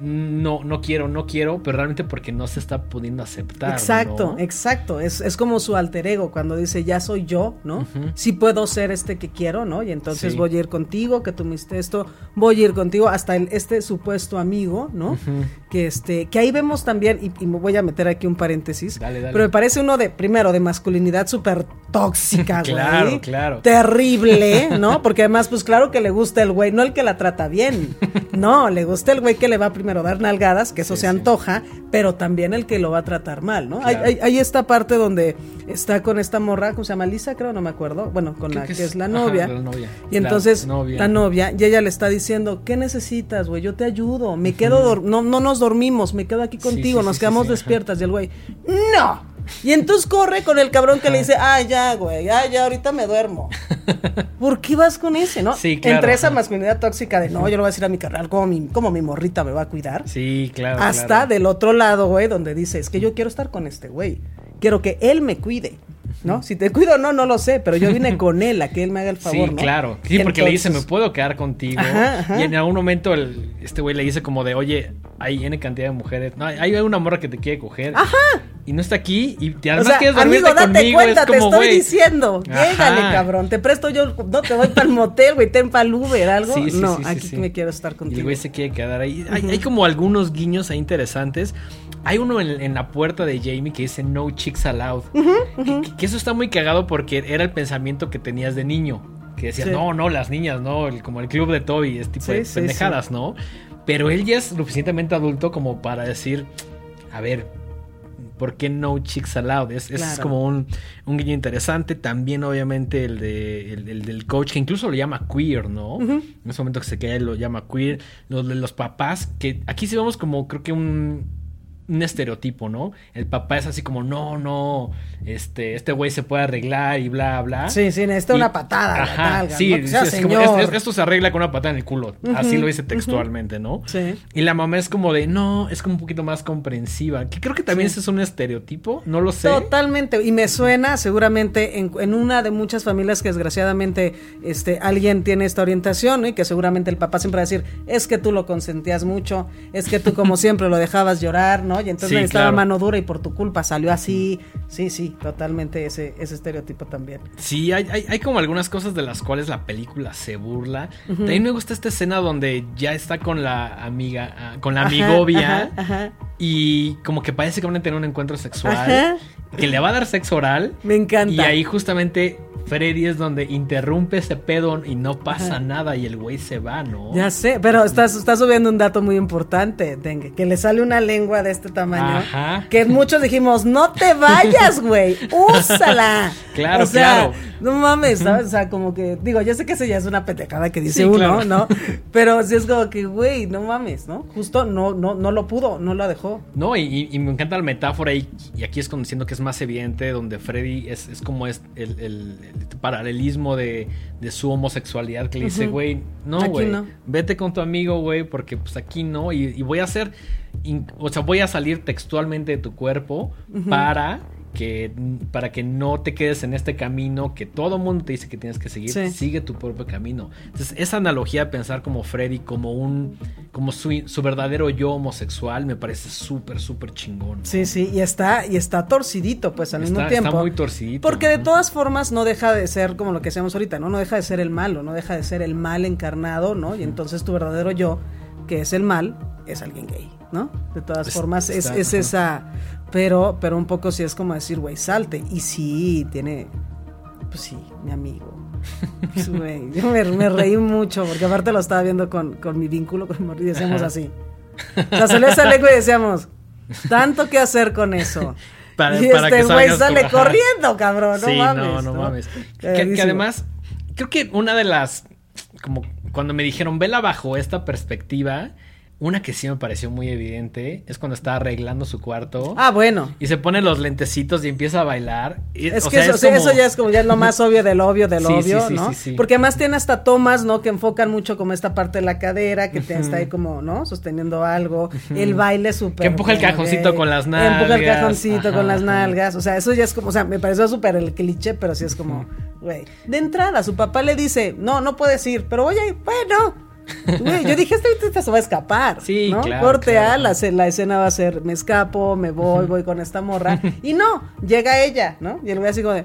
No quiero, pero realmente porque no se está pudiendo aceptar. Exacto, ¿no? exacto. Es como su alter ego cuando dice, ya soy yo, ¿no? Sí puedo ser que quiero, ¿no? Y entonces voy a ir contigo, que tú me hiciste esto, voy a ir contigo, hasta este supuesto amigo, ¿no? Que ahí vemos también, y me voy a meter aquí un paréntesis, dale. Pero me parece uno de masculinidad súper tóxica, güey. Claro. Terrible, ¿no? Porque además, pues claro que le gusta el güey, no el que la trata bien, no, le gusta el güey que le va primero dar nalgadas, que eso se antoja, pero también el que lo va a tratar mal, ¿no? Claro. Hay esta parte donde está con esta morra, ¿cómo se llama? Lisa, creo, no me acuerdo, bueno, con la que es la novia. La novia. Y entonces, la novia, y ella le está diciendo, ¿qué necesitas, güey? Yo te ayudo, me quedo, no nos dormimos, me quedo aquí contigo, nos quedamos despiertas, y el güey, ¡no! Y entonces corre con el cabrón que le dice, ya, güey, ya, ahorita me duermo. ¿Por qué vas con ese, no? Sí, claro. Entre esa masculinidad tóxica de, no, yo lo voy a decir a mi carnal, como mi morrita me va a cuidar. Sí, claro. Hasta del otro lado, güey, donde dice, es que yo quiero estar con este güey. Quiero que él me cuide, ¿no? Si te cuido o no lo sé, pero yo vine con él a que él me haga el favor, sí, ¿no? Claro. Sí, porque entonces... le dice, me puedo quedar contigo. Y en algún momento este güey le dice como de, oye, hay N cantidad de mujeres. No, hay una morra que te quiere coger. Y no está aquí. Y además quieres dormirte amigo, conmigo. Cuenta, es como, te estoy diciendo. Llégale, cabrón. Te presto yo, no te voy para el motel, güey, ten para el Uber, algo. Aquí me quiero estar contigo. Y el güey se quiere quedar ahí. Hay como algunos guiños ahí interesantes. Hay uno en la puerta de Jamie que dice no chicks allowed. Que eso está muy cagado porque era el pensamiento que tenías de niño. Que decías, no, las niñas, no, como el club de Toby, es tipo de pendejadas, ¿no? Pero él ya es lo suficientemente adulto como para decir, a ver, ¿por qué no chicks allowed? Es como un guiño interesante. También, obviamente, el del coach, que incluso lo llama queer, ¿no? En ese momento que se queda, él lo llama queer. Los papás, que aquí sí vemos como, creo que un estereotipo, ¿no? El papá es así como, no, este güey se puede arreglar y bla, bla. Sí, necesita una patada. Ajá, sí, ¿no? es como, esto se arregla con una patada en el culo. Así lo dice textualmente, ¿no? Sí. Y la mamá es como de, no, es como un poquito más comprensiva. Que creo que también ese es un estereotipo, no lo sé. Totalmente, y me suena seguramente en una de muchas familias que desgraciadamente alguien tiene esta orientación, ¿no? Y que seguramente el papá siempre va a decir, es que tú lo consentías mucho, es que tú como siempre lo dejabas llorar, ¿no? Y entonces necesitaba mano dura y por tu culpa salió así. Sí, totalmente ese estereotipo también. Sí, hay como algunas cosas de las cuales la película se burla. También me gusta esta escena donde ya está con la amiga, con la amigovia. Y como que parece que van a tener un encuentro sexual. Que le va a dar sexo oral. Me encanta. Y ahí justamente Freddy es donde interrumpe ese pedo y no pasa nada y el güey se va, ¿no? Ya sé, pero estás subiendo un dato muy importante, Dengue, que le sale una lengua de este tamaño. Que muchos dijimos, no te vayas, güey, úsala. Claro, claro. No mames, ¿sabes? O sea, como que, digo, yo sé que eso ya es una pendejada que dice uno, claro. ¿No? Pero sí es como que, güey, no mames, ¿no? Justo no lo pudo, no lo dejó. No, y me encanta la metáfora y aquí es cuando siento que es más evidente, donde Freddy es como el paralelismo de su homosexualidad, que le dice, güey, no, güey, no. Vete con tu amigo, güey, porque pues aquí no, y voy a hacer, o sea, voy a salir textualmente de tu cuerpo para que no te quedes en este camino que todo mundo te dice que tienes que seguir. Sigue tu propio camino. Entonces, esa analogía de pensar como Freddy, como su verdadero yo homosexual, me parece súper, súper chingón, ¿no? Sí, y está torcidito, pues, al mismo tiempo. Está muy torcidito. Porque de todas formas no deja de ser como lo que decíamos ahorita, ¿no? No deja de ser el malo, no deja de ser el mal encarnado, ¿no? Y entonces tu verdadero yo, que es el mal, es alguien gay, ¿no? De todas formas, es esa... Pero un poco sí es como decir, güey, salte. Y sí, tiene... Pues sí, mi amigo. Pues, güey, yo me reí mucho, porque aparte lo estaba viendo con mi vínculo con Morri, y decíamos así. O sea, salió esa lengua y decíamos, tanto que hacer con eso. Para y que güey sale corriendo, cabrón, no mames. No mames. Que además, creo que una de las... Como cuando me dijeron, vela bajo esta perspectiva... Una que sí me pareció muy evidente es cuando está arreglando su cuarto. Ah, bueno. Y se pone los lentecitos y empieza a bailar. Eso ya es como ya lo más obvio del obvio, ¿no? Sí. Porque además tiene hasta tomas, ¿no? Que enfocan mucho como esta parte de la cadera, que está ahí como, ¿no? Sosteniendo algo. El baile súper... Que empuja el cajoncito con las nalgas. Empuja el cajoncito con las nalgas. O sea, eso ya es como... O sea, me pareció súper el cliché, pero sí es como... Güey. De entrada, su papá le dice, no puedes ir. Pero oye, bueno... Güey, yo dije, esta se va a escapar. Sí, ¿no? claro. Corte A, la escena va a ser, me escapo, me voy con esta morra. Y no, llega ella, ¿no? Y el güey así como de,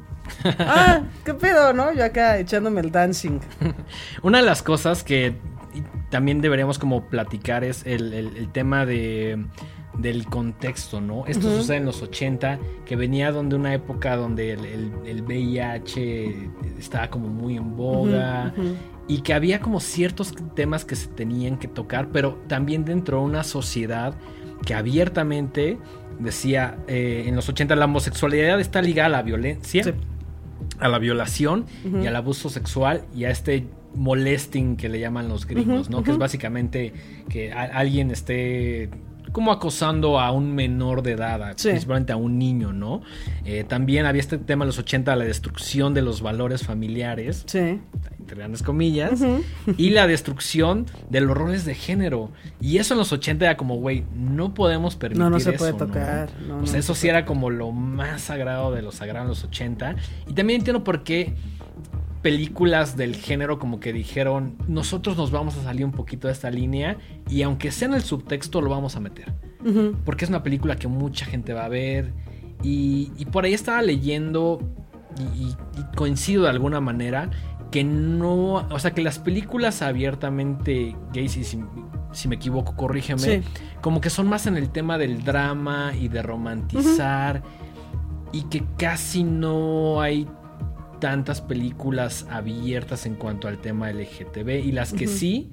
¿qué pedo, no? Yo acá echándome el dancing. Una de las cosas que también deberíamos como platicar es el tema del contexto, ¿no? Esto sucede en los 80, que venía de una época donde el VIH estaba como muy en boga. Y que había como ciertos temas que se tenían que tocar, pero también dentro de una sociedad que abiertamente decía, en los 80 la homosexualidad está ligada a la violencia, a la violación y al abuso sexual y a este molesting que le llaman los gringos, ¿no? Que es básicamente que alguien esté como acosando a un menor de edad, principalmente a un niño, ¿no? También había este tema en los 80, la destrucción de los valores familiares, entre grandes comillas, y la destrucción de los roles de género. Y eso en los 80 era como, güey, no podemos permitir eso. No se puede tocar. ¿no? O sea, eso sí era como lo más sagrado de lo sagrado en los 80. Y también entiendo por qué películas del género como que dijeron, nosotros nos vamos a salir un poquito de esta línea y aunque sea en el subtexto lo vamos a meter. Porque es una película que mucha gente va a ver y por ahí estaba leyendo y coincido de alguna manera que no, o sea, que las películas abiertamente gays, y si me equivoco, corrígeme, como que son más en el tema del drama y de romantizar y que casi no hay tantas películas abiertas en cuanto al tema LGTB y las que sí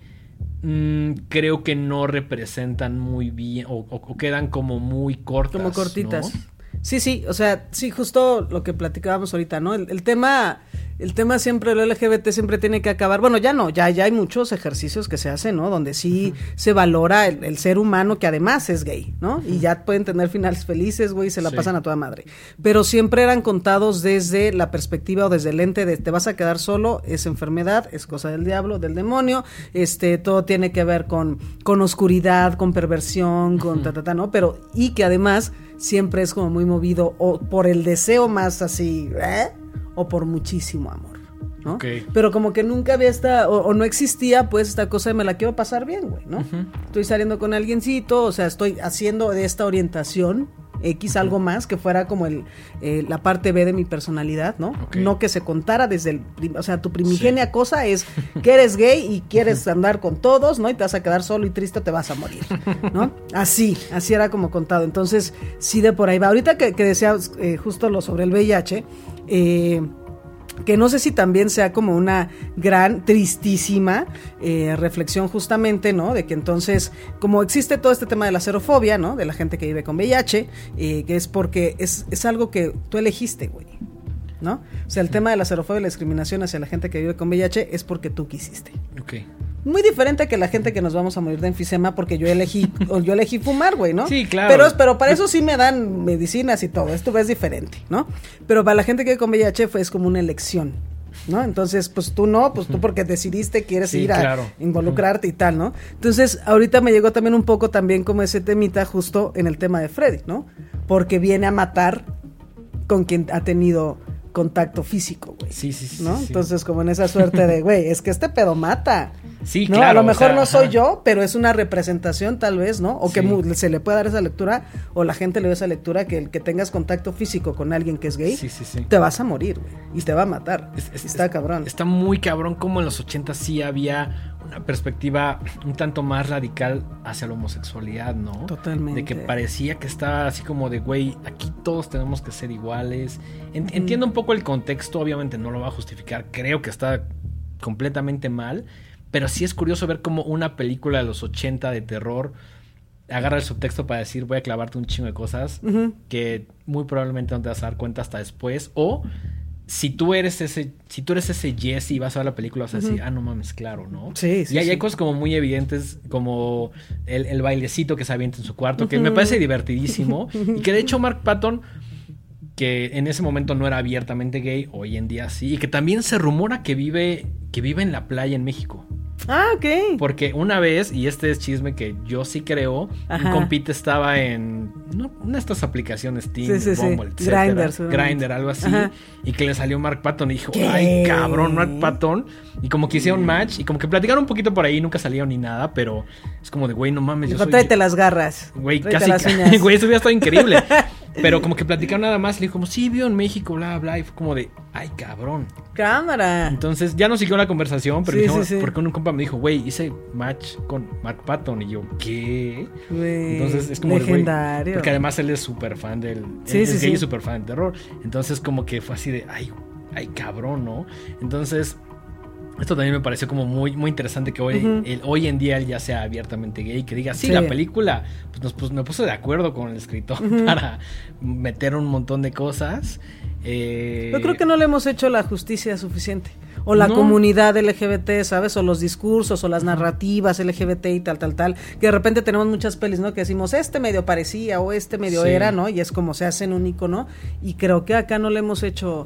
creo que no representan muy bien o quedan como muy cortas. Como cortitas. ¿No? Sí, o sea, sí, justo lo que platicábamos ahorita, ¿no? El tema siempre, el LGBT siempre tiene que acabar, bueno, ya no, ya hay muchos ejercicios que se hacen, ¿no? Donde sí se valora el ser humano que además es gay, ¿no? Y ya pueden tener finales felices, güey, y se la pasan a toda madre. Pero siempre eran contados desde la perspectiva o desde el lente de te vas a quedar solo, es enfermedad, es cosa del diablo, del demonio, todo tiene que ver con oscuridad, con perversión, con ¿no? Pero, y que además siempre es como muy movido o por el deseo más así, o por muchísimo amor, ¿no? Pero como que nunca había o no existía pues esta cosa de me la quiero pasar bien, güey, ¿no? Estoy saliendo con alguiencito, o sea, estoy haciendo de esta orientación X algo más que fuera como la parte B de mi personalidad, ¿no? No que se contara desde o sea, tu primigenia cosa es que eres gay y quieres andar con todos, ¿no? Y te vas a quedar solo y triste o te vas a morir, ¿no? Así era como contado. Entonces, sí de por ahí va. Ahorita que decías justo lo sobre el VIH, que no sé si también sea como una gran, tristísima reflexión justamente, ¿no? De que entonces, como existe todo este tema de la xerofobia, ¿no? De la gente que vive con VIH, que es porque es algo que tú elegiste, güey, ¿no? O sea, el tema de la xerofobia y la discriminación hacia la gente que vive con VIH es porque tú quisiste. Muy diferente a que la gente que nos vamos a morir de enfisema porque yo elegí fumar, güey, ¿no? Sí, claro. Pero para eso sí me dan medicinas y todo, esto es diferente, ¿no? Pero para la gente que vive con VIH es como una elección, ¿no? Entonces, pues tú no, pues tú porque decidiste quieres ir a involucrarte y tal, ¿no? Entonces, ahorita me llegó también un poco también como ese temita justo en el tema de Freddy, ¿no? Porque viene a matar con quien ha tenido contacto físico, güey. Sí, ¿no? Sí. Entonces, como en esa suerte de, güey, es que este pedo mata. Sí, ¿no? claro. A lo mejor no soy yo, pero es una representación tal vez, ¿no? O que se le puede dar esa lectura, o la gente le da esa lectura, que el que tengas contacto físico con alguien que es gay, te vas a morir, güey, y te va a matar. Está cabrón. Está muy cabrón como en los 80 sí había una perspectiva un tanto más radical hacia la homosexualidad, ¿no? Totalmente. De que parecía que estaba así como de, güey, aquí todos tenemos que ser iguales. Entiendo un poco el contexto, obviamente no lo va a justificar, creo que está completamente mal, pero sí es curioso ver cómo una película de los 80 de terror agarra el subtexto para decir, voy a clavarte un chingo de cosas que muy probablemente no te vas a dar cuenta hasta después, o si tú eres ese Jesse y vas a ver la película, vas a decir, no mames, claro, ¿no? Sí. Y hay cosas como muy evidentes, como el bailecito que se avienta en su cuarto, que me parece divertidísimo, y que de hecho Mark Patton, que en ese momento no era abiertamente gay, hoy en día sí, y que también se rumora que vive en la playa en México. Ah, ok. Porque una vez, y este es chisme que yo sí creo, un compite estaba en una de estas aplicaciones, Tinder, Bumble, Grindr, algo así, y que le salió Mark Patton y dijo, ay, cabrón, Mark Patton, y como que hicieron match, y como que platicaron un poquito por ahí, nunca salieron ni nada, pero es como de, güey, no mames, yo soy... Tráete las garras. Güey, casi, güey, eso hubiera estado increíble. Pero como que platicaron nada más, le dijo como, sí, vivo en México, bla, bla, y fue como de, ay, cabrón. Cámara. Entonces, ya no siguió la conversación, pero porque un compa me dijo, güey, hice match con Mark Patton, y yo, ¿qué? Güey, entonces, es como legendario. De, güey, porque además él es súper fan del... es gay y súper fan del terror. Entonces, como que fue así de, ay, cabrón, ¿no? Entonces... Esto también me pareció como muy, muy interesante que hoy en día él ya sea abiertamente gay, que diga, la película, pues me puse de acuerdo con el escritor para meter un montón de cosas. Yo creo que no le hemos hecho la justicia suficiente. O la comunidad LGBT, ¿sabes? O los discursos, o las narrativas LGBT y tal. Que de repente tenemos muchas pelis, ¿no? Que decimos, este medio parecía, o este medio era, ¿no? Y es como se hacen un icono. Y creo que acá no le hemos hecho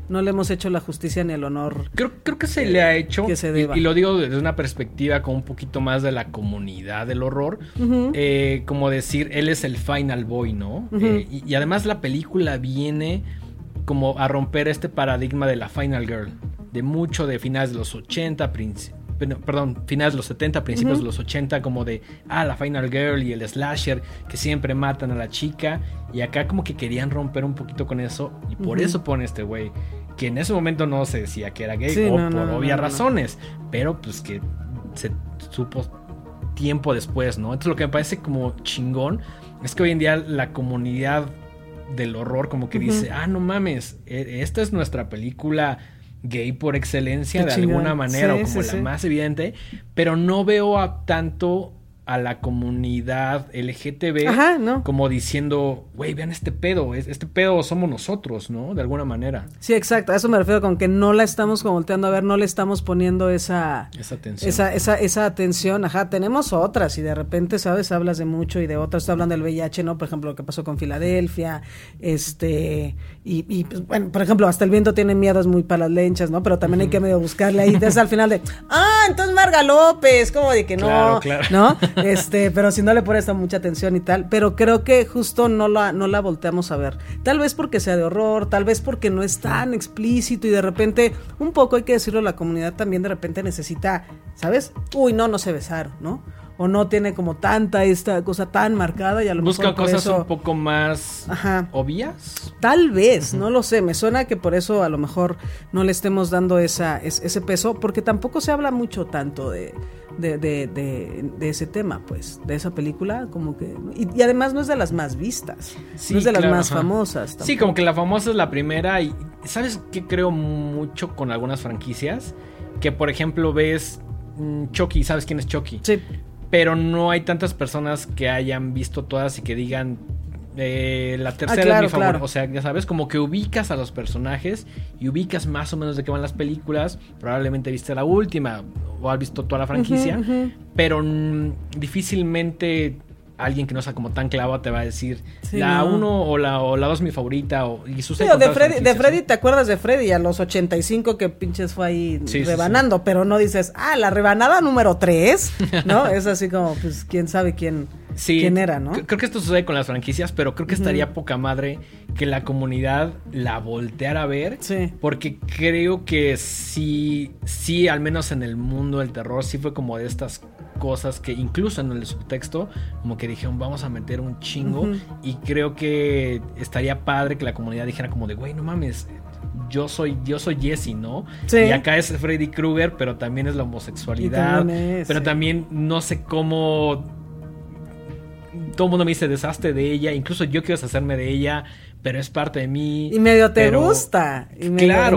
la justicia ni el honor. Creo que se le ha hecho, que se deba. Y lo digo desde una perspectiva como un poquito más de la comunidad del horror, como decir, él es el final boy, ¿no? Y además la película viene como a romper este paradigma de la final girl, de finales de los 80, finales de los 70, principios de los 80, como de, la final girl y el slasher, que siempre matan a la chica, y acá como que querían romper un poquito con eso, y por eso pone este güey, que en ese momento no se decía que era gay, por obvias razones, pero pues que se supo tiempo después, ¿no? Entonces lo que me parece como chingón, es que hoy en día la comunidad del horror como que dice, no mames, esta es nuestra película gay por excelencia, de alguna manera, o como la más evidente, pero no veo tanto a la comunidad LGTB como diciendo, güey, vean este pedo somos nosotros, ¿no? De alguna manera. Sí, exacto, a eso me refiero, con que no la estamos como volteando a ver, no le estamos poniendo esa atención. Esa atención, tenemos otras, y de repente, ¿sabes? Hablas de mucho y de otras, estoy hablando del VIH, ¿no? Por ejemplo, lo que pasó con Filadelfia, y pues, bueno, por ejemplo, hasta el viento tiene miedo, es muy para las lenchas, ¿no? Pero también hay que medio buscarle ahí, entonces al final de, entonces Marga López, como de que no, claro. ¿no? Pero si no le pones mucha atención y tal, pero creo que justo no la volteamos a ver, tal vez porque sea de horror, tal vez porque no es tan explícito, y de repente, un poco hay que decirlo, la comunidad también de repente necesita, ¿sabes? No se besaron, ¿no? O no tiene como esta cosa tan marcada, y a lo busca mejor cosas un poco más obvias. Tal vez, no lo sé, me suena que por eso a lo mejor no le estemos dando ese peso, porque tampoco se habla mucho tanto de ese tema, pues, de esa película, como que, y además no es de las más vistas, no es de las más famosas tampoco. Sí, como que la famosa es la primera, y ¿sabes qué creo mucho con algunas franquicias? Que por ejemplo ves Chucky, ¿sabes quién es Chucky? Sí. Pero no hay tantas personas que hayan visto todas y que digan, La tercera es mi favorita. O sea, ya sabes, como que ubicas a los personajes y ubicas más o menos de qué van las películas. Probablemente viste la última o has visto toda la franquicia, pero difícilmente alguien que no sea como tan clavo te va a decir la 1 o la 2 mi favorita. Y de Freddy, ¿te acuerdas de Freddy? A los 85 que pinches fue ahí rebanando, pero no dices, la rebanada número 3, ¿no? Es así como, pues, quién sabe quién era, ¿no? Creo que esto sucede con las franquicias, pero creo que estaría poca madre que la comunidad la volteara a ver. Sí. Porque creo que sí, al menos en el mundo del terror, sí fue como de estas cosas que incluso en el subtexto como que dijeron vamos a meter un chingo y creo que estaría padre que la comunidad dijera como de güey, no mames, yo soy Jesse, ¿no? Sí. Y acá es Freddy Krueger, pero también es la homosexualidad, pero también no sé cómo todo el mundo me dice deshazte de ella, incluso yo quiero deshacerme de ella, pero es parte de mí. Y medio te gusta. Y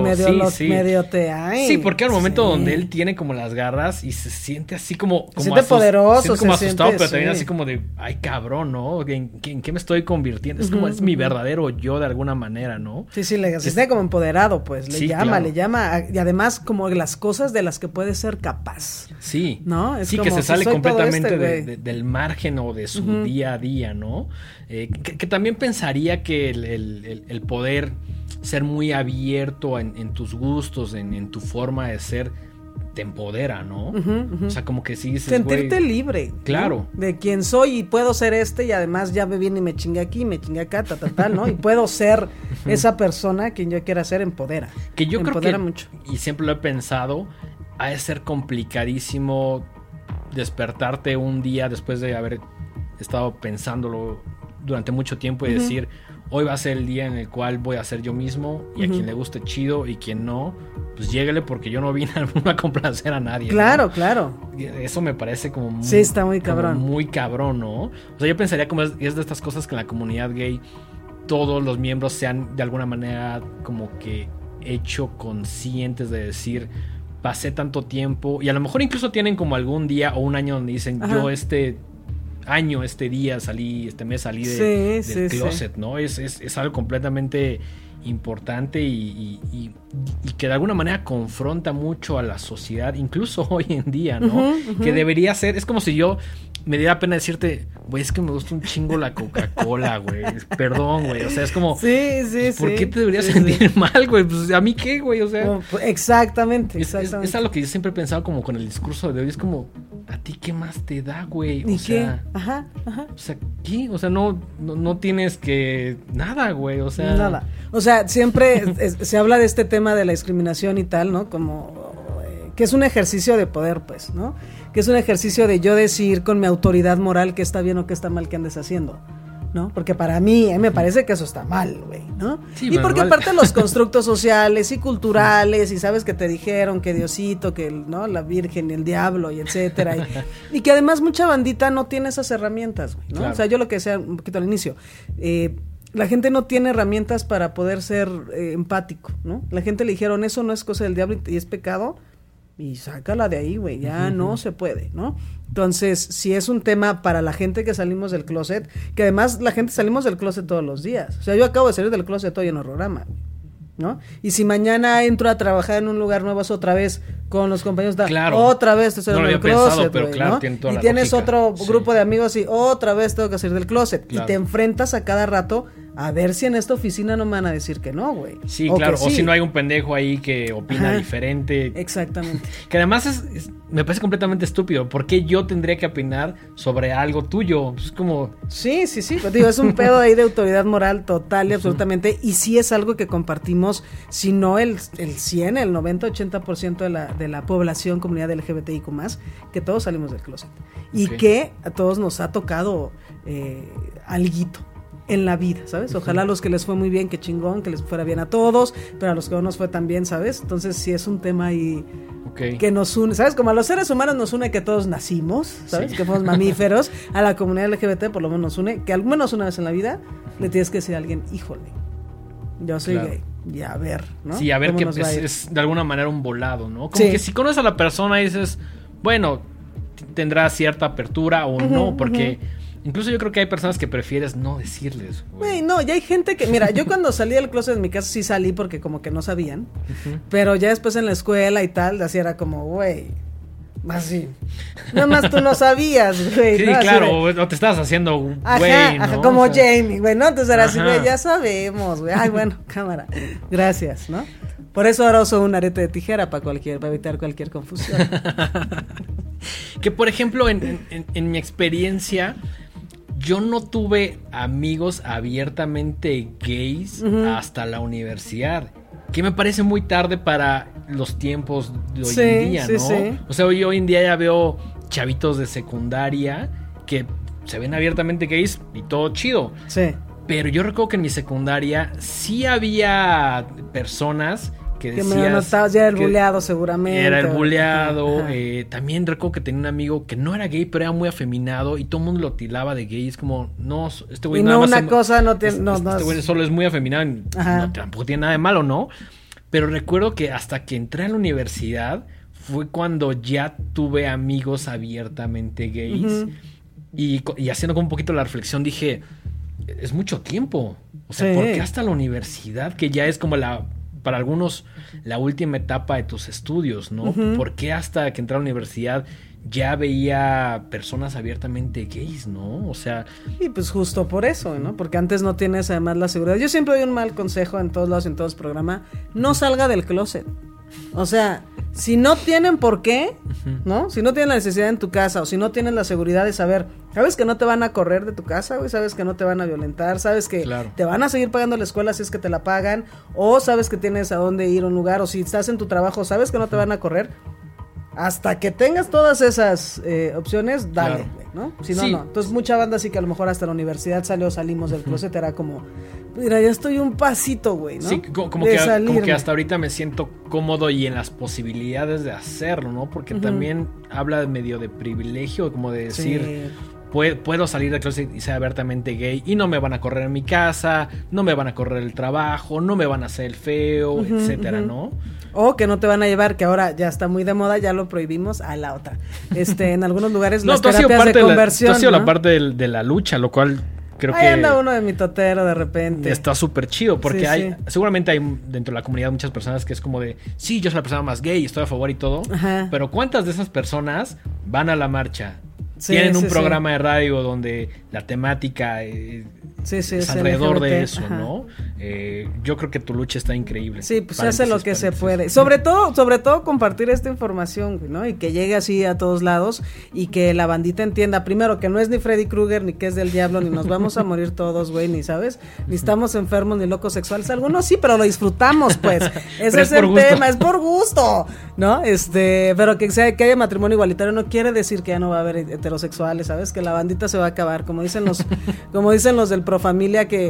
medio te... Ay, sí, porque al momento donde él tiene como las garras y se siente así como... Se siente poderoso. Como asustado, pero también así como de... Ay, cabrón, ¿no? ¿En qué me estoy convirtiendo? Es como... Es mi verdadero yo de alguna manera, ¿no? Sí, se siente como empoderado, pues. Le llama. Y además como las cosas de las que puede ser capaz. Sí. ¿No? Es sí, como, que se sale completamente del margen o de su día a día, ¿no? Que también pensaría que el poder ser muy abierto en tus gustos, en tu forma de ser, te empodera, ¿no? O sea, como que sí dices, sentirte libre. Claro. ¿No? De quién soy y puedo ser y además ya me viene y me chingue aquí, me chingue acá, tal, ¿no? Y puedo ser esa persona quien yo quiera ser, empodera. Que yo empodera creo que, mucho. Y siempre lo he pensado, ha de ser complicadísimo despertarte un día después de haber estado pensándolo durante mucho tiempo y decir, hoy va a ser el día en el cual voy a ser yo mismo y a quien le guste chido y quien no, pues lléguele porque yo no vine a complacer a nadie. Claro, ¿no? Claro. Eso me parece como muy... Sí, está muy cabrón. Muy cabrón, ¿no? O sea, yo pensaría como es de estas cosas que en la comunidad gay todos los miembros sean de alguna manera como que hecho conscientes de decir... Pasé tanto tiempo y a lo mejor incluso tienen como algún día o un año donde dicen yo este día salí, este mes salí del closet, ¿no? Es algo completamente importante y que de alguna manera confronta mucho a la sociedad, incluso hoy en día, ¿no? Que debería ser, es como si yo me diera pena decirte, güey, es que me gusta un chingo la Coca-Cola, güey. Perdón, güey. O sea, es como... Sí. ¿Por qué te deberías sentir mal, güey? Pues, ¿a mí qué, güey? O sea... No, pues, exactamente. Es algo que yo siempre he pensado como con el discurso de hoy. Es como, ¿a ti qué más te da, güey? O sea... Ajá. O sea, ¿qué? O sea, no tienes que... Nada, güey. O sea... Nada. O sea, siempre se habla de este tema de la discriminación y tal, ¿no? Como... que es un ejercicio de poder, pues, ¿no? Que es un ejercicio de yo decir con mi autoridad moral qué está bien o qué está mal que andes haciendo, ¿no? Porque para mí, me parece que eso está mal, güey, ¿no? Sí, y porque aparte los constructos sociales y culturales, y sabes que te dijeron que Diosito, que ¿no? La Virgen y el diablo, y etcétera, y que además mucha bandita no tiene esas herramientas, güey, ¿no? Claro. O sea, yo lo que decía un poquito al inicio, la gente no tiene herramientas para poder ser empático, ¿no? La gente le dijeron, eso no es cosa del diablo y es pecado, y sácala de ahí, güey, ya no se puede, ¿no? Entonces, si es un tema para la gente que salimos del closet, que además la gente salimos del closet todos los días. O sea, yo acabo de salir del closet hoy en el programa, ¿no? Y si mañana entro a trabajar en un lugar nuevo otra vez con los compañeros, claro. Otra vez te salgo del closet, pensado, pero claro, ¿no? tiene toda y la tienes lógica. Otro grupo de amigos y otra vez tengo que salir del closet. Claro. Y te enfrentas a cada rato a ver si en esta oficina no me van a decir que no, güey. Sí, claro. O si no hay un pendejo ahí que opina diferente. Exactamente. Que además me parece completamente estúpido. ¿Por qué yo tendría que opinar sobre algo tuyo? Es como... Sí. Pues digo, es un pedo ahí de autoridad moral total y absolutamente. Y sí es algo que compartimos, si no el 100, el 90, 80% de la población, comunidad LGBTIQ+, que todos salimos del closet. Y que a todos nos ha tocado alguito en la vida, ¿sabes? Ojalá a los que les fue muy bien, que chingón, que les fuera bien a todos, pero a los que no nos fue tan bien, ¿sabes? Entonces sí es un tema ahí que nos une, ¿sabes? Como a los seres humanos nos une que todos nacimos, ¿sabes? Que fuimos mamíferos, a la comunidad LGBT por lo menos nos une, que al menos una vez en la vida le tienes que decir a alguien, híjole, yo soy gay, y a ver, ¿no? Sí, a ver que es de alguna manera un volado, ¿no? Como que si conoces a la persona y dices, bueno, tendrá cierta apertura o no, porque... Incluso yo creo que hay personas que prefieres no decirles, güey. No, ya hay gente que... Mira, yo cuando salí del closet en mi casa sí salí porque como que no sabían. Pero ya después en la escuela y tal, así era como, güey... Así. Nada más tú no sabías, güey. Sí, ¿no? Claro, no te estabas haciendo, güey, ¿no? Como o sea, Jamie, güey, ¿no? Entonces era así, güey, ya sabemos, güey. Ay, bueno, cámara. Gracias, ¿no? Por eso ahora uso un arete de tijera para evitar cualquier confusión. Que, por ejemplo, en mi experiencia, yo no tuve amigos abiertamente gays hasta la universidad. Que me parece muy tarde para los tiempos de hoy en día, ¿no? Sí. O sea, hoy en día ya veo chavitos de secundaria que se ven abiertamente gays y todo chido. Sí. Pero yo recuerdo que en mi secundaria sí había personas que decías... Que me notabas, ya era el buleado seguramente. Era el buleado. También recuerdo que tenía un amigo que no era gay, pero era muy afeminado y todo el mundo lo tilaba de gay. Es como, no, este güey nada más... Este güey solo es muy afeminado y tampoco tiene nada de malo, ¿no? Pero recuerdo que hasta que entré a la universidad fue cuando ya tuve amigos abiertamente gays. Y haciendo como un poquito la reflexión dije, es mucho tiempo. O sea, ¿por qué hasta la universidad? Que ya es como para algunos la última etapa de tus estudios, ¿no? ¿Por qué hasta que entré a la universidad ya veía personas abiertamente gays, ¿no? O sea... Y pues justo por eso, ¿no? Porque antes no tienes además la seguridad. Yo siempre doy un mal consejo en todos lados, en todos los programas. No salga del closet. O sea, si no tienen por qué, ¿no? Si no tienen la necesidad en tu casa o si no tienes la seguridad de saber, sabes que no te van a correr de tu casa, güey, sabes que no te van a violentar, sabes que te van a seguir pagando la escuela si es que te la pagan, o sabes que tienes a dónde ir a un lugar, o si estás en tu trabajo, sabes que no te van a correr. Hasta que tengas todas esas opciones, dale, güey, ¿no? Si no, no. Entonces, mucha banda sí que a lo mejor hasta la universidad salimos del closet, era como, mira, ya estoy un pasito, güey, ¿no? Sí, como que hasta ahorita me siento cómodo y en las posibilidades de hacerlo, ¿no? Porque también habla de medio de privilegio, como de decir... Puedo salir del closet y ser abiertamente gay y no me van a correr en mi casa, no me van a correr el trabajo, no me van a hacer el feo, etcétera, ¿no? O que no te van a llevar, que ahora ya está muy de moda, ya lo prohibimos, a la otra. En algunos lugares las terapias de conversión. Tú has sido la parte de la lucha, lo cual creo que... Ahí anda uno de mi totero de repente. Está súper chido, porque seguramente hay dentro de la comunidad muchas personas que es como de, sí, yo soy la persona más gay, estoy a favor y todo, pero ¿cuántas de esas personas van a la marcha? Tienen un programa de radio donde la temática es alrededor de eso, ¿no? Yo creo que tu lucha está increíble. Sí, pues se hace lo que se puede. Sobre todo compartir esta información, ¿no? Y que llegue así a todos lados y que la bandita entienda, primero, que no es ni Freddy Krueger, ni que es del diablo, ni nos vamos a morir todos, güey, ni, ¿sabes? Ni estamos enfermos, ni locos sexuales. Algunos sí, pero lo disfrutamos, pues. Ese es el tema, es por gusto, ¿no? Pero que haya matrimonio igualitario no quiere decir que ya no va a haber heterosexuales, ¿sabes? Que la bandita se va a acabar, como dicen los del Pro Familia, que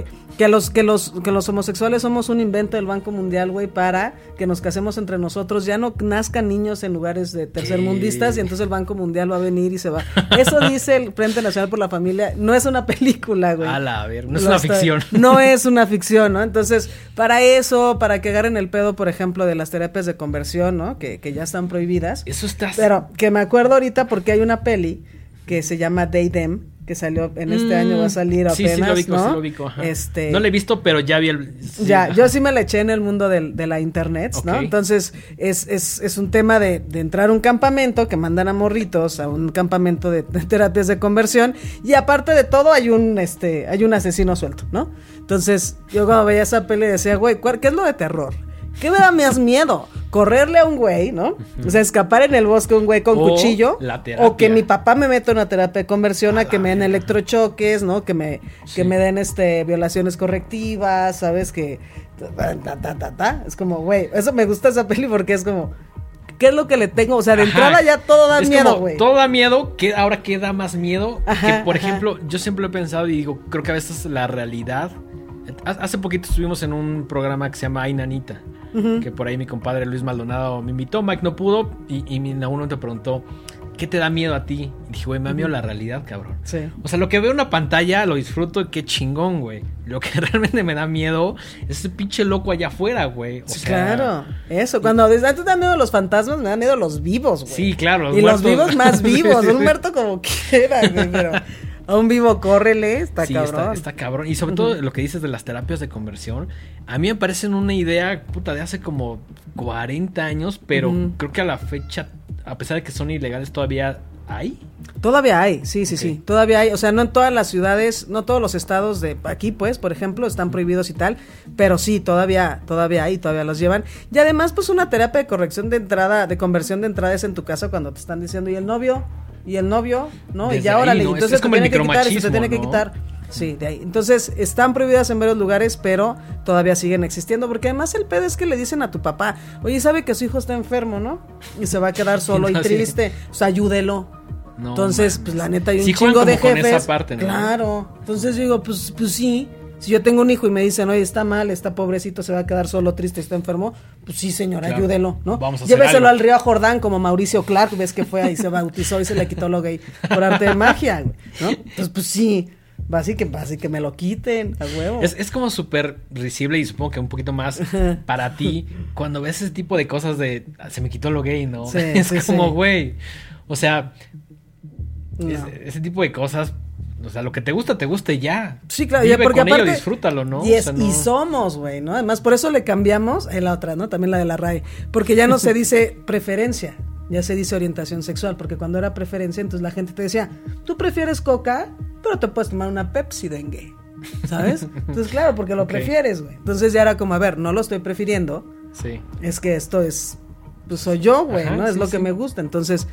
los homosexuales somos un invento del Banco Mundial, güey, para que nos casemos entre nosotros, ya no nazcan niños en lugares de tercermundistas y entonces el Banco Mundial va a venir y se va. Eso dice el Frente Nacional por la Familia, no es una película, güey. A ver, no es una ficción. No es una ficción, ¿no? Entonces, para que agarren el pedo, por ejemplo, de las terapias de conversión, ¿no? Que ya están prohibidas. Eso está... Pero que me acuerdo ahorita porque hay una peli que se llama They Them, que salió en este año, va a salir apenas, sí lo ubico, ajá. No la he visto, pero ya vi yo sí me la eché en el mundo de la internet, ¿no? Entonces, es un tema de entrar a un campamento, que mandan a morritos a un campamento de terapias de conversión, y aparte de todo hay un asesino suelto, ¿no? Entonces, yo cuando veía esa peli decía, güey, ¿qué es lo de terror? ¿Qué me da más miedo? Correrle a un güey, ¿no? O sea, escapar en el bosque a un güey con cuchillo. O que mi papá me meta en una terapia de conversión, a que me den electrochoques, ¿no? Que me den violaciones correctivas, ¿sabes? Que... Es como, güey, eso me gusta esa peli porque es como... ¿Qué es lo que le tengo? O sea, de entrada ya todo da miedo, güey. Todo da miedo. Ahora, ¿qué da más miedo? Que, por ejemplo, yo siempre lo he pensado y digo, creo que a veces la realidad... Hace poquito estuvimos en un programa que se llama Ay Nanita, que por ahí mi compadre Luis Maldonado me invitó, Mike no pudo, y en algún momento preguntó, ¿qué te da miedo a ti? Y dije, güey, me da miedo la realidad, cabrón. Sí. O sea, lo que veo en una pantalla lo disfruto y qué chingón, güey. Lo que realmente me da miedo es ese pinche loco allá afuera, güey. O sea, claro, eso. Cuando antes te da miedo los fantasmas, me da miedo los vivos, güey. Sí, claro. Los vivos más vivos. Un muerto como quiera, güey, A un vivo córrele, está cabrón. Está cabrón. Y sobre todo lo que dices de las terapias de conversión, a mí me parecen una idea, de hace como 40 años, pero creo que a la fecha, a pesar de que son ilegales, todavía hay. Todavía hay, sí, todavía hay, o sea, no en todas las ciudades, no todos los estados de aquí, pues, por ejemplo, están prohibidos y tal, pero sí, todavía hay, todavía los llevan. Y además, pues, una terapia de corrección de entrada, de conversión de entrada es en tu casa cuando te están diciendo, ¿y el novio? ¿No? Desde y ya, órale, ¿no? entonces es como te el tiene que quitar, se te tiene ¿no? que quitar. Sí, de ahí. Entonces, están prohibidas en varios lugares, pero todavía siguen existiendo, porque además el pedo es que le dicen a tu papá, oye, sabe que su hijo está enfermo, ¿no? Y se va a quedar solo y triste, o sea, ayúdelo. No, entonces, pues la neta hay un chingo de jefes. Con esa parte, ¿no? Claro. Entonces yo digo, pues sí. Si yo tengo un hijo y me dicen, oye, está mal, está pobrecito, se va a quedar solo, triste, está enfermo, pues sí, señora, claro, ayúdelo, ¿no? Lléveselo al río Jordán como Mauricio Clark, ves que fue ahí, se bautizó y se le quitó lo gay por arte de magia, ¿no? Entonces, pues sí. Así que me lo quiten, a huevo. Es como súper risible y supongo que un poquito más para ti cuando ves ese tipo de cosas de se me quitó lo gay, ¿no? Sí, es como, güey, o sea, no. Ese tipo de cosas, o sea, lo que te gusta y ya. Sí, claro, vive ya porque con aparte, ello, disfrútalo, ¿no? Y somos, güey, ¿no? Además, por eso le cambiamos en la otra, ¿no? También la de la RAE, porque ya no se dice preferencia, ya se dice orientación sexual, porque cuando era preferencia, entonces la gente te decía, tú prefieres coca, pero te puedes tomar una Pepsi dengue, ¿sabes? Entonces, claro, porque lo prefieres, güey. Entonces ya era como, a ver, no lo estoy prefiriendo, sí. Es que esto es, pues soy yo, güey, ¿no? Es lo que me gusta, entonces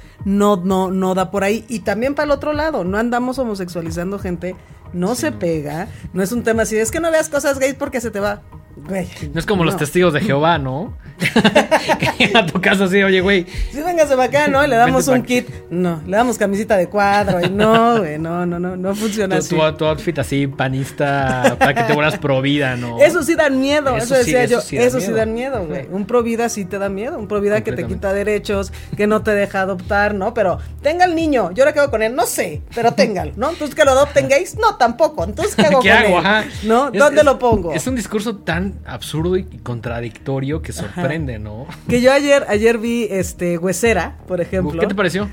no da por ahí. Y también para el otro lado, no andamos homosexualizando gente, no se pega, no es un tema así, es que no veas cosas gays porque se te va. Güey, no es como los testigos de Jehová, ¿no? Que a tu casa así, oye, güey. Sí, véngase para acá, ¿no? Le damos un kit. No, le damos camisita de cuadro. Y no, güey, no funciona así. Tu outfit así, panista, para que te vuelvas pro vida, ¿no? Eso sí dan miedo, eso decía yo. Eso sí dan miedo, güey. Un pro vida sí te da miedo. Un pro vida que te quita derechos, que no te deja adoptar, ¿no? Pero tenga el niño, yo ahora qué hago con él, no sé, pero téngalo, ¿no? Entonces que lo adopten gays, no, tampoco. Entonces, ¿qué hago con él? Ajá. ¿No? ¿Dónde lo pongo? Es un discurso tan absurdo y contradictorio que sorprende, ¿no? Que yo ayer vi Huesera, por ejemplo. ¿Qué te pareció?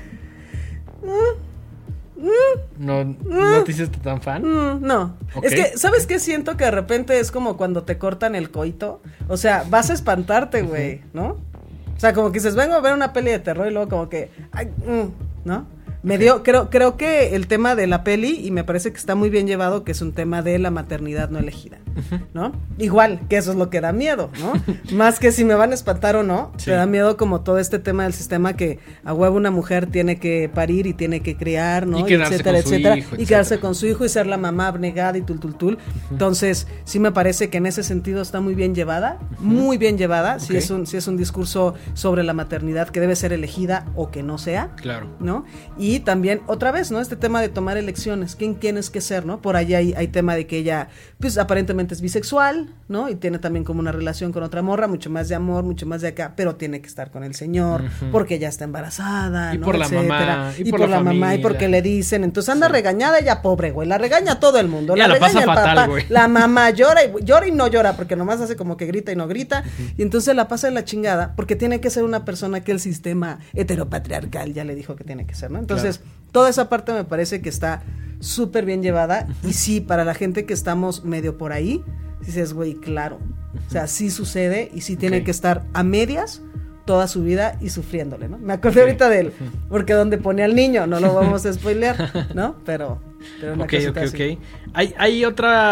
¿No te hiciste tan fan? No. Okay. Es que, ¿sabes qué? Siento que de repente es como cuando te cortan el coito. O sea, vas a espantarte, güey, ¿no? O sea, como que dices, vengo a ver una peli de terror y luego como que, ay, ¿no? Me dio, creo que el tema de la peli, y me parece que está muy bien llevado, que es un tema de la maternidad no elegida, ¿no? Igual, que eso es lo que da miedo, ¿no? Más que si me van a espantar o no, te da miedo como todo este tema del sistema que a huevo una mujer tiene que parir y tiene que criar, ¿no? Y quedarse etcétera, hijo, y quedarse con su hijo y ser la mamá abnegada y tul. Entonces, sí me parece que en ese sentido está muy bien llevada, muy bien llevada, sí es un discurso sobre la maternidad que debe ser elegida o que no sea, claro, ¿no? Y también, otra vez, ¿no? Este tema de tomar elecciones, ¿quién tienes que ser, no? Por ahí hay tema de que ella, pues, aparentemente es bisexual, ¿no? Y tiene también como una relación con otra morra, mucho más de amor, mucho más de acá, pero tiene que estar con el señor, porque ya está embarazada, y ¿no? por la mamá, y por la mamá, y porque le dicen, entonces anda regañada ella, pobre, güey, la regaña todo el mundo, ya la pasa regaña fatal, el papá, güey. La mamá llora y no llora, porque nomás hace como que grita y no grita, y entonces la pasa de la chingada, porque tiene que ser una persona que el sistema heteropatriarcal ya le dijo que tiene que ser, ¿no? Entonces, toda esa parte me parece que está súper bien llevada. Y sí, para la gente que estamos medio por ahí, dices, güey, claro. O sea, sí sucede y sí tiene que estar a medias toda su vida y sufriéndole, ¿no? Me acordé ahorita de él, porque donde pone al niño, no lo vamos a spoilear, ¿no? Pero una cosita así. Hay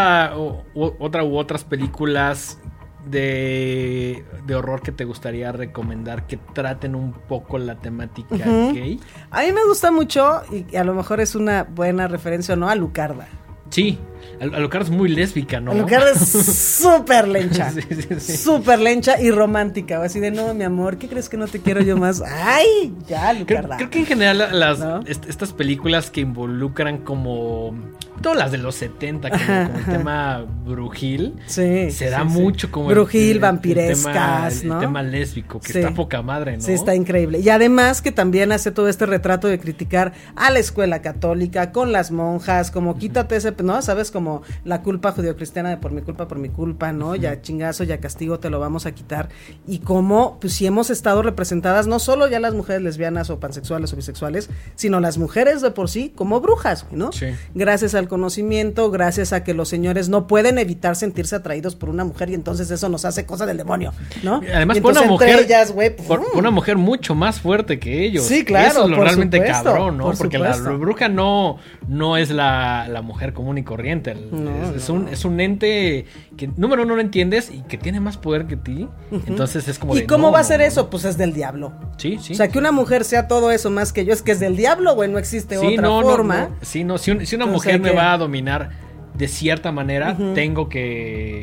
otras películas de horror que te gustaría recomendar que traten un poco la temática gay. A mí me gusta mucho, y a lo mejor es una buena referencia o no, a Lucarda. Sí, Alucard es muy lésbica, ¿no? Alucard es súper lencha. Sí. Súper lencha y romántica. Así de, no, mi amor, ¿qué crees que no te quiero yo más? ¡Ay! Ya, Alucard. Creo que en general estas películas que involucran como todas las de los 70, como el tema brujil, se da mucho como brujil, vampirescas, ¿no? El tema lésbico, que está poca madre, ¿no? Sí, está increíble. Y además que también hace todo este retrato de criticar a la escuela católica con las monjas, como quítate ese ¿no? Sabes, como la culpa judeocristiana de por mi culpa, ¿no? Ya chingazo, ya castigo, te lo vamos a quitar. Y cómo, pues sí hemos estado representadas, no solo ya las mujeres lesbianas o pansexuales o bisexuales, sino las mujeres de por sí como brujas, ¿no? Sí. Gracias al conocimiento, gracias a que los señores no pueden evitar sentirse atraídos por una mujer y entonces eso nos hace cosa del demonio, ¿no? Además, por una mujer, ellas, güey, por una mujer mucho más fuerte que ellos. Sí, claro. Eso es lo realmente cabrón, ¿no? Porque la bruja no es la mujer común y corriente. Es un ente que, número uno, no entiendes y que tiene más poder que ti. Entonces es como ¿Y cómo va a ser eso? Pues es del diablo. Sí. O sea, que una mujer sea todo eso más que yo, es que es del diablo, güey, no existe otra forma. Si una mujer me va a dominar de cierta manera, tenemos que